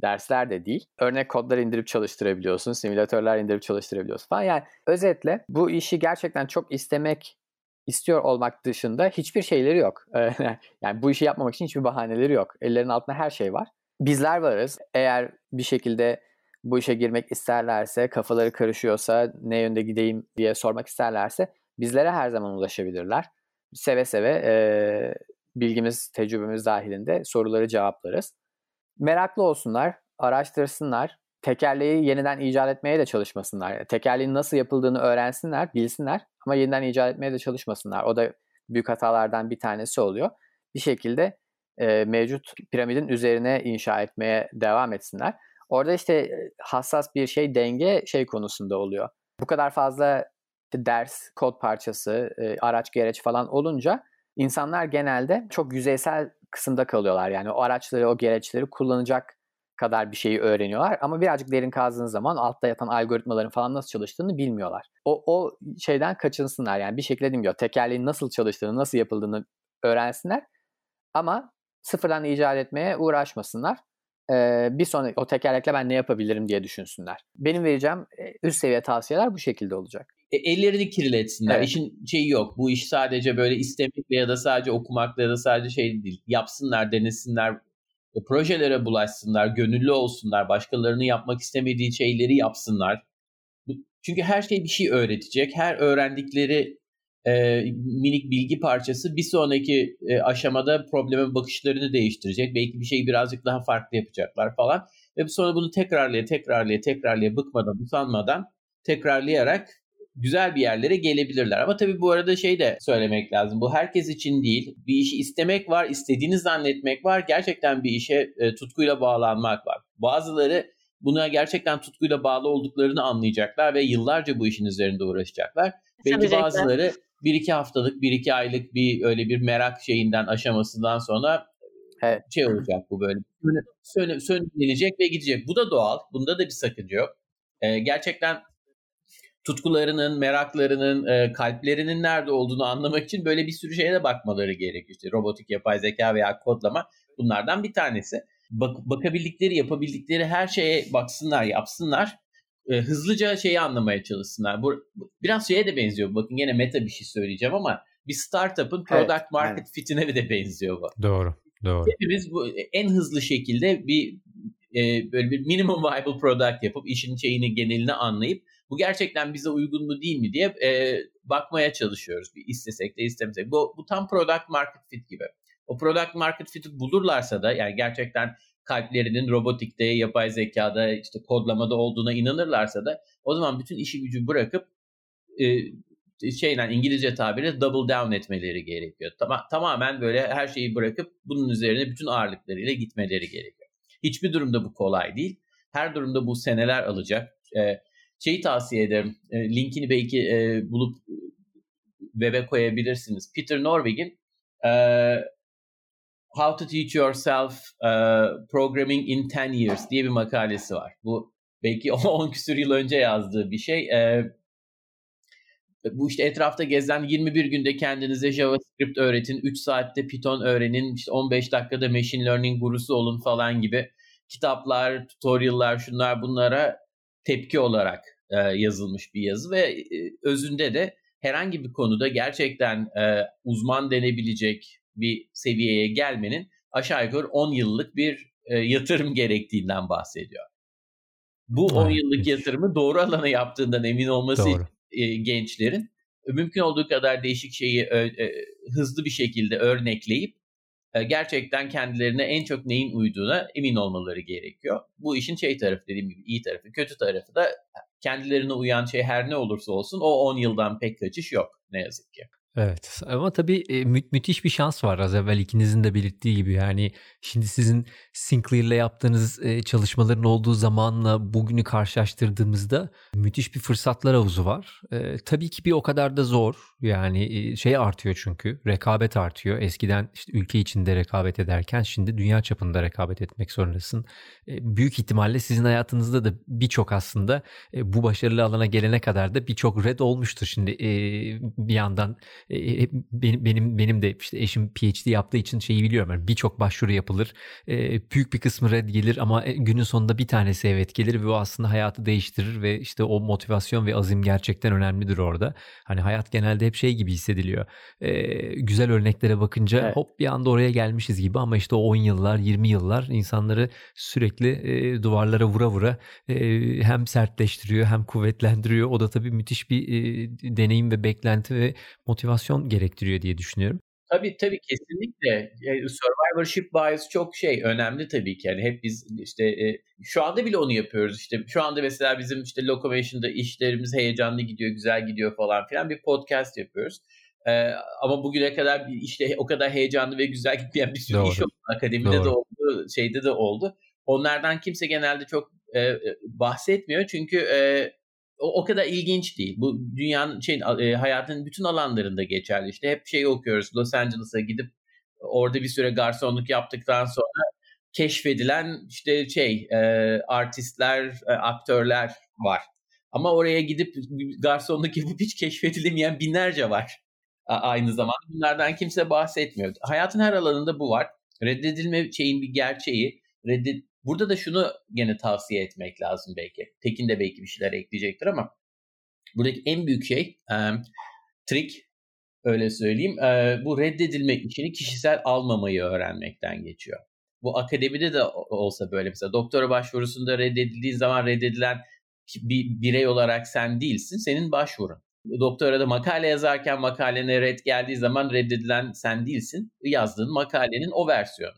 dersler de değil. Örnek kodlar indirip çalıştırabiliyorsun, simülatörler indirip çalıştırabiliyorsun falan. Yani özetle bu işi gerçekten çok istiyor olmak dışında hiçbir şeyleri yok. Yani bu işi yapmamak için hiçbir bahaneleri yok. Ellerinin altında her şey var. Bizler varız. Eğer bir şekilde bu işe girmek isterlerse, kafaları karışıyorsa, ne yönde gideyim diye sormak isterlerse bizlere her zaman ulaşabilirler. Seve seve bilgimiz, tecrübemiz dahilinde soruları cevaplarız. Meraklı olsunlar, araştırsınlar. Tekerleği yeniden icat etmeye de çalışmasınlar. Tekerleğin nasıl yapıldığını öğrensinler, bilsinler ama yeniden icat etmeye de çalışmasınlar. O da büyük hatalardan bir tanesi oluyor. Bir şekilde mevcut piramidin üzerine inşa etmeye devam etsinler. Orada işte hassas bir denge konusunda oluyor. Bu kadar fazla ders, kod parçası, araç gereç falan olunca insanlar genelde çok yüzeysel kısımda kalıyorlar. Yani o araçları, o gereçleri kullanacak kadar bir şeyi öğreniyorlar ama birazcık derin kazdığınız zaman altta yatan algoritmaların falan nasıl çalıştığını bilmiyorlar. O şeyden kaçınsınlar. Yani bir şekilde dediğim gibi tekerleğin nasıl çalıştığını, nasıl yapıldığını öğrensinler ama sıfırdan icat etmeye uğraşmasınlar. Bir sonraki o tekerlekle ben ne yapabilirim diye düşünsünler. Benim vereceğim üst seviye tavsiyeler bu şekilde olacak. Ellerini kirletsinler. Evet. İşin şeyi yok. Bu iş sadece böyle istemekle ya da sadece okumakla ya da sadece değil. Yapsınlar, denesinler, projelere bulaşsınlar, gönüllü olsunlar, başkalarının yapmak istemediği şeyleri yapsınlar. Çünkü her şey bir şey öğretecek. Her öğrendikleri minik bilgi parçası bir sonraki aşamada probleme bakışlarını değiştirecek. Belki bir şeyi birazcık daha farklı yapacaklar falan. Ve sonra bunu tekrarlaya bıkmadan, usanmadan tekrarlayarak güzel bir yerlere gelebilirler. Ama tabii bu arada de söylemek lazım. Bu herkes için değil. Bir işi istemek var, istediğini zannetmek var. Gerçekten bir işe tutkuyla bağlanmak var. Bazıları buna gerçekten tutkuyla bağlı olduklarını anlayacaklar ve yıllarca bu işin üzerinde uğraşacaklar. Belki bazıları 1-2 haftalık, 1-2 aylık öyle bir merak aşamasından sonra olacak bu böyle. Sönülecek ve gidecek. Bu da doğal. Bunda da bir sakınca yok. Gerçekten tutkularının, meraklarının, kalplerinin nerede olduğunu anlamak için böyle bir sürü şeye de bakmaları gerekiyor. İşte robotik, yapay zeka veya kodlama bunlardan bir tanesi. Bakabildikleri, yapabildikleri her şeye baksınlar, yapsınlar. Hızlıca anlamaya çalışsınlar. Bu biraz de benziyor. Bakın yine meta bir şey söyleyeceğim ama bir startup'ın product market fitine de benziyor bu. Doğru. Hepimiz bu en hızlı şekilde böyle bir minimum viable product yapıp işin genelini anlayıp bu gerçekten bize uygun mu değil mi diye bakmaya çalışıyoruz. Bir istesek de istemesek. Bu tam product market fit gibi. O product market fit'i bulurlarsa da yani gerçekten kalplerinin robotikte, yapay zekada, kodlamada olduğuna inanırlarsa da o zaman bütün işi gücü bırakıp İngilizce tabiriyle double down etmeleri gerekiyor. Tamamen böyle her şeyi bırakıp bunun üzerine bütün ağırlıklarıyla gitmeleri gerekiyor. Hiçbir durumda bu kolay değil. Her durumda bu seneler alacak. Tavsiye ederim. Linkini belki bulup web'e koyabilirsiniz. Peter Norvig'in How to Teach Yourself Programming in 10 Years diye bir makalesi var. Bu belki 10 küsur yıl önce yazdığı bir şey. Bu etrafta gezen 21 günde kendinize JavaScript öğretin, 3 saatte Python öğrenin, 15 dakikada Machine Learning gurusu olun falan gibi kitaplar, tutorial'lar, şunlar bunlara tepki olarak yazılmış bir yazı ve özünde de herhangi bir konuda gerçekten uzman denebilecek bir seviyeye gelmenin aşağı yukarı 10 yıllık bir yatırım gerektiğinden bahsediyor. Bu 10 yıllık yatırımı doğru alana yaptığından emin olması gençlerin mümkün olduğu kadar değişik şeyi hızlı bir şekilde örnekleyip gerçekten kendilerine en çok neyin uyduğuna emin olmaları gerekiyor. Bu işin tarafı, dediğim gibi iyi tarafı, kötü tarafı da kendilerine uyan her ne olursa olsun o 10 yıldan pek kaçış yok ne yazık ki. Evet ama tabii müthiş bir şans var az evvel ikinizin de belirttiği gibi. Yani şimdi sizin Sinclair'le yaptığınız çalışmaların olduğu zamanla bugünü karşılaştırdığımızda müthiş bir fırsatlar havuzu var. Tabii ki bir o kadar da zor. Yani artıyor çünkü rekabet artıyor. Eskiden ülke içinde rekabet ederken şimdi dünya çapında rekabet etmek zorundasın. Büyük ihtimalle sizin hayatınızda da birçok aslında bu başarılı alana gelene kadar da birçok red olmuştur. Şimdi bir yandan benim de işte eşim PhD yaptığı için şeyi biliyorum. Yani birçok başvuru yapılır. Büyük bir kısmı red gelir ama günün sonunda bir tanesi evet gelir ve o aslında hayatı değiştirir ve işte o motivasyon ve azim gerçekten önemlidir orada. Hani hayat genelde hep şey gibi hissediliyor. Güzel örneklere bakınca hop bir anda oraya gelmişiz gibi ama işte o 10 yıllar, 20 yıllar insanları sürekli duvarlara vura vura hem sertleştiriyor hem kuvvetlendiriyor. O da tabii müthiş bir deneyim ve beklenti ve motivasyon gerektiriyor diye düşünüyorum. Tabii kesinlikle. Survivorship bias çok önemli tabii ki. Yani hep biz işte şu anda bile onu yapıyoruz. İşte şu anda mesela bizim işte Locomotion'da işlerimiz heyecanlı gidiyor, güzel gidiyor falan filan bir podcast yapıyoruz. Ama bugüne kadar işte o kadar heyecanlı ve güzel gitmeyen bir sürü iş oldu. Akademide de oldu, şeyde de oldu. Onlardan kimse genelde çok bahsetmiyor çünkü o kadar ilginç değil. Bu dünyanın hayatın bütün alanlarında geçerli. İşte hep okuyoruz. Los Angeles'a gidip orada bir süre garsonluk yaptıktan sonra keşfedilen işte artistler, aktörler var. Ama oraya gidip garsonluk yapıp hiç keşfedilemeyen binlerce var. Aynı zamanda bunlardan kimse bahsetmiyor. Hayatın her alanında bu var. Reddedilme bir gerçeği. Burada da şunu gene tavsiye etmek lazım belki. Tekin de belki bir şeyler ekleyecektir ama buradaki en büyük trik öyle söyleyeyim. Bu reddedilmek işini kişisel almamayı öğrenmekten geçiyor. Bu akademide de olsa böyle mesela doktora başvurusunda reddedildiğin zaman reddedilen bir birey olarak sen değilsin, senin başvurun. Doktorada makale yazarken makalene red geldiği zaman reddedilen sen değilsin, yazdığın makalenin o versiyonu.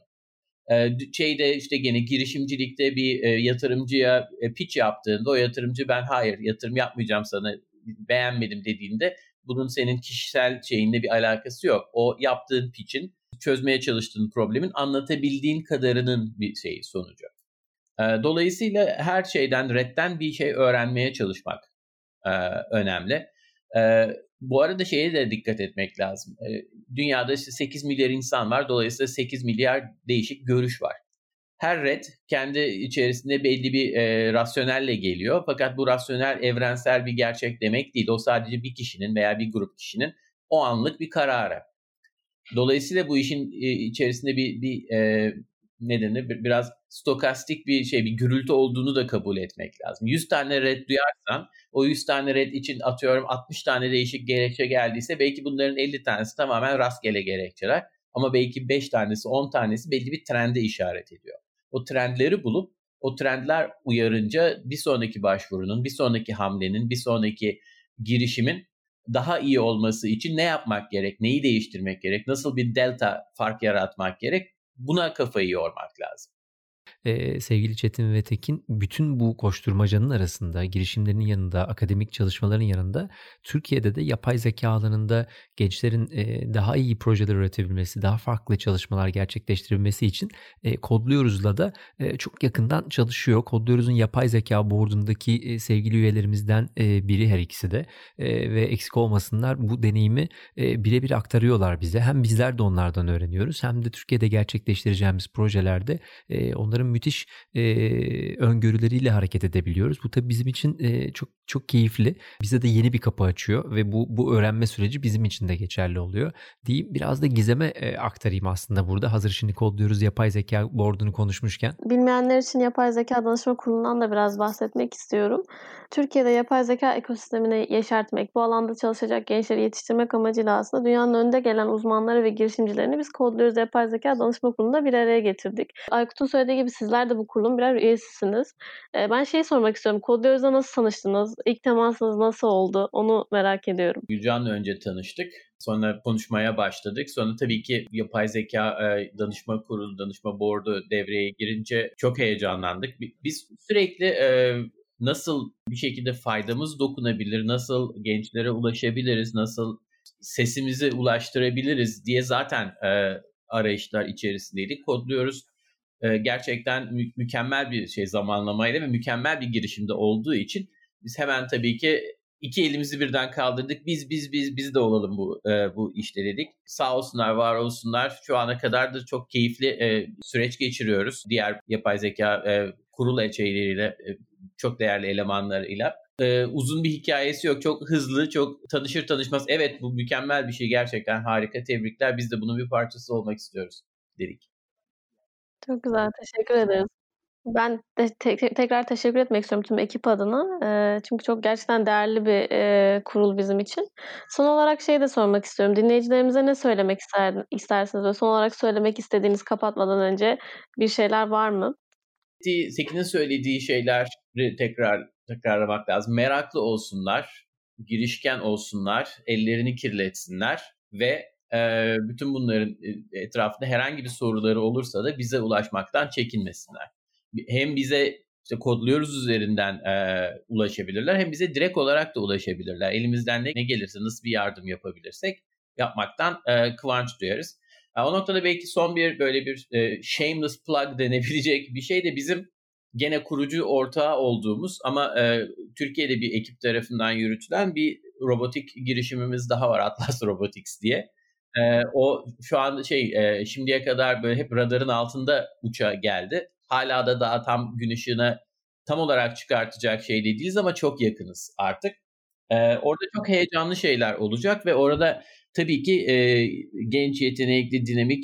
İşte gene girişimcilikte bir yatırımcıya pitch yaptığında o yatırımcı ben hayır yatırım yapmayacağım sana beğenmedim dediğinde bunun senin kişisel şeyinle bir alakası yok. O yaptığın pitch'in çözmeye çalıştığın problemin anlatabildiğin kadarının bir sonucu. Dolayısıyla her şeyden redden bir şey öğrenmeye çalışmak önemli. Bu arada şeye de dikkat etmek lazım. Dünyada işte 8 milyar insan var. Dolayısıyla 8 milyar değişik görüş var. Her red kendi içerisinde belli bir rasyonelle geliyor. Fakat bu rasyonel evrensel bir gerçek demek değil. O sadece bir kişinin veya bir grup kişinin o anlık bir kararı. Dolayısıyla bu işin içerisinde biraz stokastik bir gürültü olduğunu da kabul etmek lazım. 100 tane red duyarsan o 100 tane red için atıyorum 60 tane değişik gerekçe geldiyse belki bunların 50 tanesi tamamen rastgele gerekçeler ama belki 5 tanesi 10 tanesi belli bir trende işaret ediyor. O trendleri bulup o trendler uyarınca bir sonraki başvurunun, bir sonraki hamlenin, bir sonraki girişimin daha iyi olması için ne yapmak gerek, neyi değiştirmek gerek, nasıl bir delta fark yaratmak gerek, buna kafayı yormak lazım. Sevgili Çetin ve Tekin, bütün bu koşturmacanın arasında, girişimlerin yanında, akademik çalışmaların yanında Türkiye'de de yapay zeka alanında gençlerin daha iyi projeler üretebilmesi, daha farklı çalışmalar gerçekleştirebilmesi için Kodluyoruz'la da çok yakından çalışıyor. Kodluyoruz'un yapay zeka board'undaki sevgili üyelerimizden biri her ikisi de ve eksik olmasınlar bu deneyimi birebir aktarıyorlar bize. Hem bizler de onlardan öğreniyoruz hem de Türkiye'de gerçekleştireceğimiz projelerde onların müthiş öngörüleriyle hareket edebiliyoruz. Bu tabii bizim için çok keyifli. Bize de yeni bir kapı açıyor ve bu öğrenme süreci bizim için de geçerli oluyor. Diyeyim biraz da Gizem'e aktarayım aslında burada. Hazır şimdi Kodluyoruz yapay zeka board'unu konuşmuşken. Bilmeyenler için Yapay Zeka Danışma Kurulu'ndan da biraz bahsetmek istiyorum. Türkiye'de yapay zeka ekosistemini yeşertmek, bu alanda çalışacak gençleri yetiştirmek amacıyla aslında dünyanın önde gelen uzmanları ve girişimcilerini biz Kodluyoruz Yapay Zeka Danışma Kurulu'nda bir araya getirdik. Aykut'un söylediği gibi sizler de bu kurulun birer üyesisiniz. Ben sormak istiyorum. Kodluyoruz'la nasıl tanıştınız? İlk temasınız nasıl oldu? Onu merak ediyorum. Gülcan'la önce tanıştık. Sonra konuşmaya başladık. Sonra tabii ki yapay zeka danışma kurulu, danışma board'u devreye girince çok heyecanlandık. Biz sürekli nasıl bir şekilde faydamız dokunabilir, nasıl gençlere ulaşabiliriz, nasıl sesimizi ulaştırabiliriz diye zaten arayışlar içerisindeydik. Kodluyoruz. Gerçekten mükemmel bir zamanlamayla ve mükemmel bir girişimde olduğu için biz hemen tabii ki iki elimizi birden kaldırdık. Biz de olalım bu işte dedik. Sağ olsunlar, var olsunlar. Şu ana kadar da çok keyifli süreç geçiriyoruz. Diğer yapay zeka kurul şeyleriyle, çok değerli elemanlarıyla. uzun bir hikayesi yok. Çok hızlı, çok tanışır tanışmaz. Evet, bu mükemmel bir şey, gerçekten harika, tebrikler. Biz de bunun bir parçası olmak istiyoruz dedik. Çok güzel, teşekkür ederiz. Ben de tekrar teşekkür etmek istiyorum tüm ekip adına. Çünkü çok gerçekten değerli bir kurul bizim için. Son olarak şey de sormak istiyorum. Dinleyicilerimize ne söylemek istersiniz? Ve son olarak söylemek istediğiniz, kapatmadan önce bir şeyler var mı? Sekin'in söylediği şeyleri tekrarlamak lazım. Meraklı olsunlar, girişken olsunlar, ellerini kirletsinler ve bütün bunların etrafında herhangi bir soruları olursa da bize ulaşmaktan çekinmesinler. Hem bize işte kodluyoruz üzerinden ulaşabilirler, hem bize direkt olarak da ulaşabilirler. Elimizden ne gelirse, nasıl bir yardım yapabilirsek yapmaktan kıvanç duyarız. O noktada belki son bir böyle bir shameless plug denebilecek bir şey de bizim gene kurucu ortağı olduğumuz ama Türkiye'de bir ekip tarafından yürütülen bir robotik girişimimiz daha var, Atlas Robotics diye. O şu an şimdiye kadar böyle hep radarın altında geldi. Hala da daha tam gün ışığına tam olarak çıkartacak şey değiliz ama çok yakınız artık. Orada çok heyecanlı şeyler olacak ve orada tabii ki genç, yetenekli, dinamik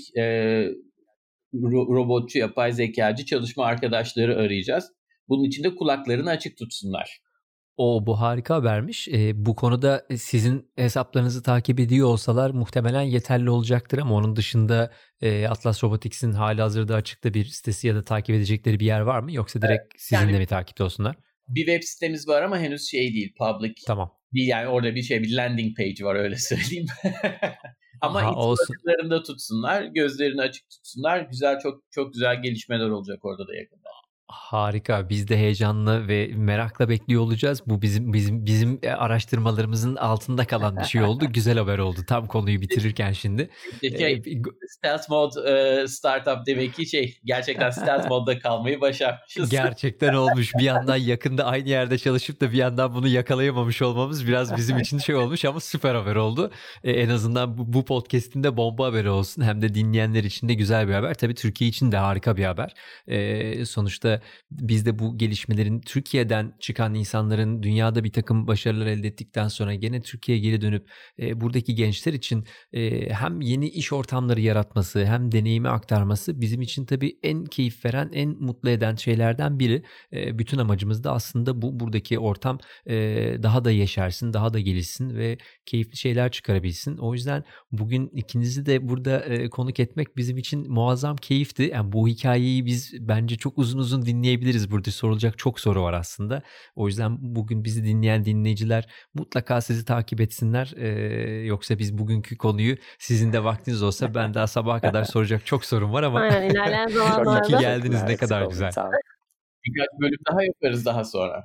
robotçu, yapay zekacı çalışma arkadaşları arayacağız. Bunun için de kulaklarını açık tutsunlar. Bu harika habermiş. Bu konuda sizin hesaplarınızı takip ediyor olsalar muhtemelen yeterli olacaktır ama onun dışında Atlas Robotics'in halihazırda açıkta bir sitesi ya da takip edecekleri bir yer var mı? Yoksa direkt sizinle mi takipte olsunlar? Bir web sitemiz var ama henüz değil, public. Tamam. Yani orada bir landing page var, öyle söyleyeyim. Ama itibarlarında tutsunlar, gözlerini açık tutsunlar. Güzel, çok çok güzel gelişmeler olacak orada da yakında. Harika. Biz de heyecanlı ve merakla bekliyor olacağız. Bu bizim araştırmalarımızın altında kalan bir şey oldu. Güzel haber oldu. Tam konuyu bitirirken şimdi. Stealth mode startup demek ki gerçekten stealth mode'da kalmayı başarmışız. Gerçekten olmuş. Bir yandan yakında aynı yerde çalışıp da bir yandan bunu yakalayamamış olmamız biraz bizim için olmuş ama süper haber oldu. En azından bu podcast'in de bomba haberi olsun. Hem de dinleyenler için de güzel bir haber. Tabii Türkiye için de harika bir haber. Sonuçta biz de bu gelişmelerin, Türkiye'den çıkan insanların dünyada bir takım başarılar elde ettikten sonra gene Türkiye'ye geri dönüp buradaki gençler için hem yeni iş ortamları yaratması hem deneyimi aktarması bizim için tabii en keyif veren, en mutlu eden şeylerden biri. Bütün amacımız da aslında buradaki ortam daha da yeşersin, daha da gelişsin ve keyifli şeyler çıkarabilsin. O yüzden bugün ikinizi de burada konuk etmek bizim için muazzam keyifti. Yani bu hikayeyi biz bence çok uzun dinleyebiliriz. Burada sorulacak çok soru var aslında. O yüzden bugün bizi dinleyen dinleyiciler mutlaka sizi takip etsinler. Yoksa biz bugünkü konuyu, sizin de vaktiniz olsa ben daha sabaha kadar soracak çok sorun var ama aynen, ilerleyen zamanlarda. İyi ki geldiniz. Ne kadar güzel. Birkaç bölüm daha yaparız daha sonra.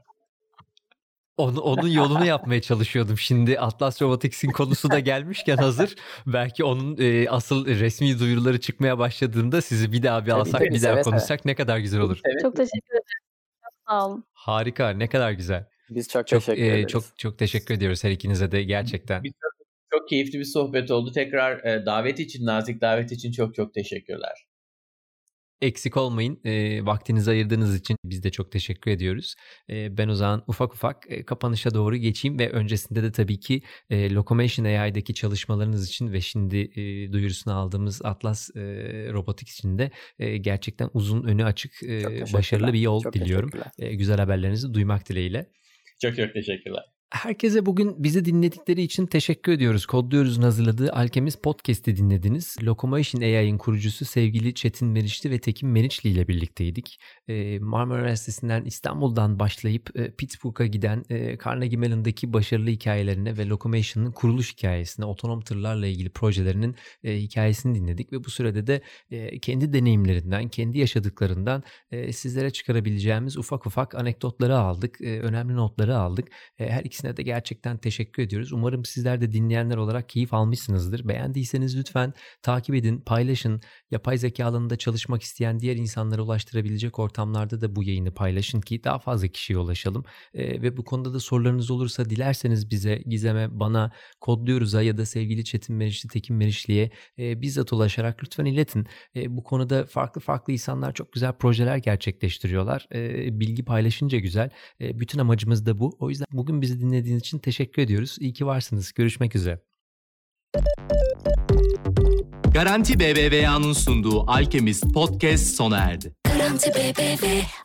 Onun yolunu yapmaya çalışıyordum. Şimdi Atlas Robotics'in konusu da gelmişken hazır. Belki onun asıl resmi duyuruları çıkmaya başladığında sizi bir daha alsak, bir daha konuşsak ne kadar güzel olur. Çok teşekkür ederim. Çok sağ olun. Harika, ne kadar güzel. Biz çok teşekkür ederiz. Çok teşekkür ediyoruz her ikinize de gerçekten. Çok keyifli bir sohbet oldu. Tekrar nazik davet için çok çok teşekkürler. Eksik olmayın. Vaktinizi ayırdığınız için biz de çok teşekkür ediyoruz. Ben o zaman ufak kapanışa doğru geçeyim ve öncesinde de tabii ki Locomotion AI'daki çalışmalarınız için ve şimdi duyurusunu aldığımız Atlas Robotics için de gerçekten uzun, önü açık, başarılı bir yol diliyorum. Güzel haberlerinizi duymak dileğiyle. Çok çok teşekkürler. Herkese bugün bizi dinledikleri için teşekkür ediyoruz. Kodluyoruz'un hazırladığı Alchemist Podcast'i dinlediniz. Locomotion AI'nin kurucusu sevgili Çetin Meriçli ve Tekin Meriçli ile birlikteydik. Marmara Üniversitesi'nden, İstanbul'dan başlayıp Pittsburgh'a giden Carnegie Mellon'daki başarılı hikayelerine ve Locomotion'ın kuruluş hikayesine, otonom tırlarla ilgili projelerinin hikayesini dinledik ve bu sürede de kendi deneyimlerinden, kendi yaşadıklarından sizlere çıkarabileceğimiz ufak anekdotları aldık, önemli notları aldık. Her ikisine İkisine de gerçekten teşekkür ediyoruz. Umarım sizler de dinleyenler olarak keyif almışsınızdır. Beğendiyseniz lütfen takip edin, paylaşın. Yapay zeka alanında çalışmak isteyen diğer insanlara ulaştırabilecek ortamlarda da bu yayını paylaşın ki daha fazla kişiye ulaşalım. Ve bu konuda da sorularınız olursa dilerseniz bize, Gizem'e, bana, Kodluyoruz'a ya da sevgili Çetin Meriçli, Tekin Meriçli'ye bizzat ulaşarak lütfen iletin. Bu konuda farklı insanlar çok güzel projeler gerçekleştiriyorlar. Bilgi paylaşınca güzel. Bütün amacımız da bu. O yüzden bugün bizi dinlediğiniz için teşekkür ediyoruz. İyi ki varsınız. Görüşmek üzere. Garanti BBVA'nın sunduğu Alchemist Podcast sona erdi. Garanti BBVA.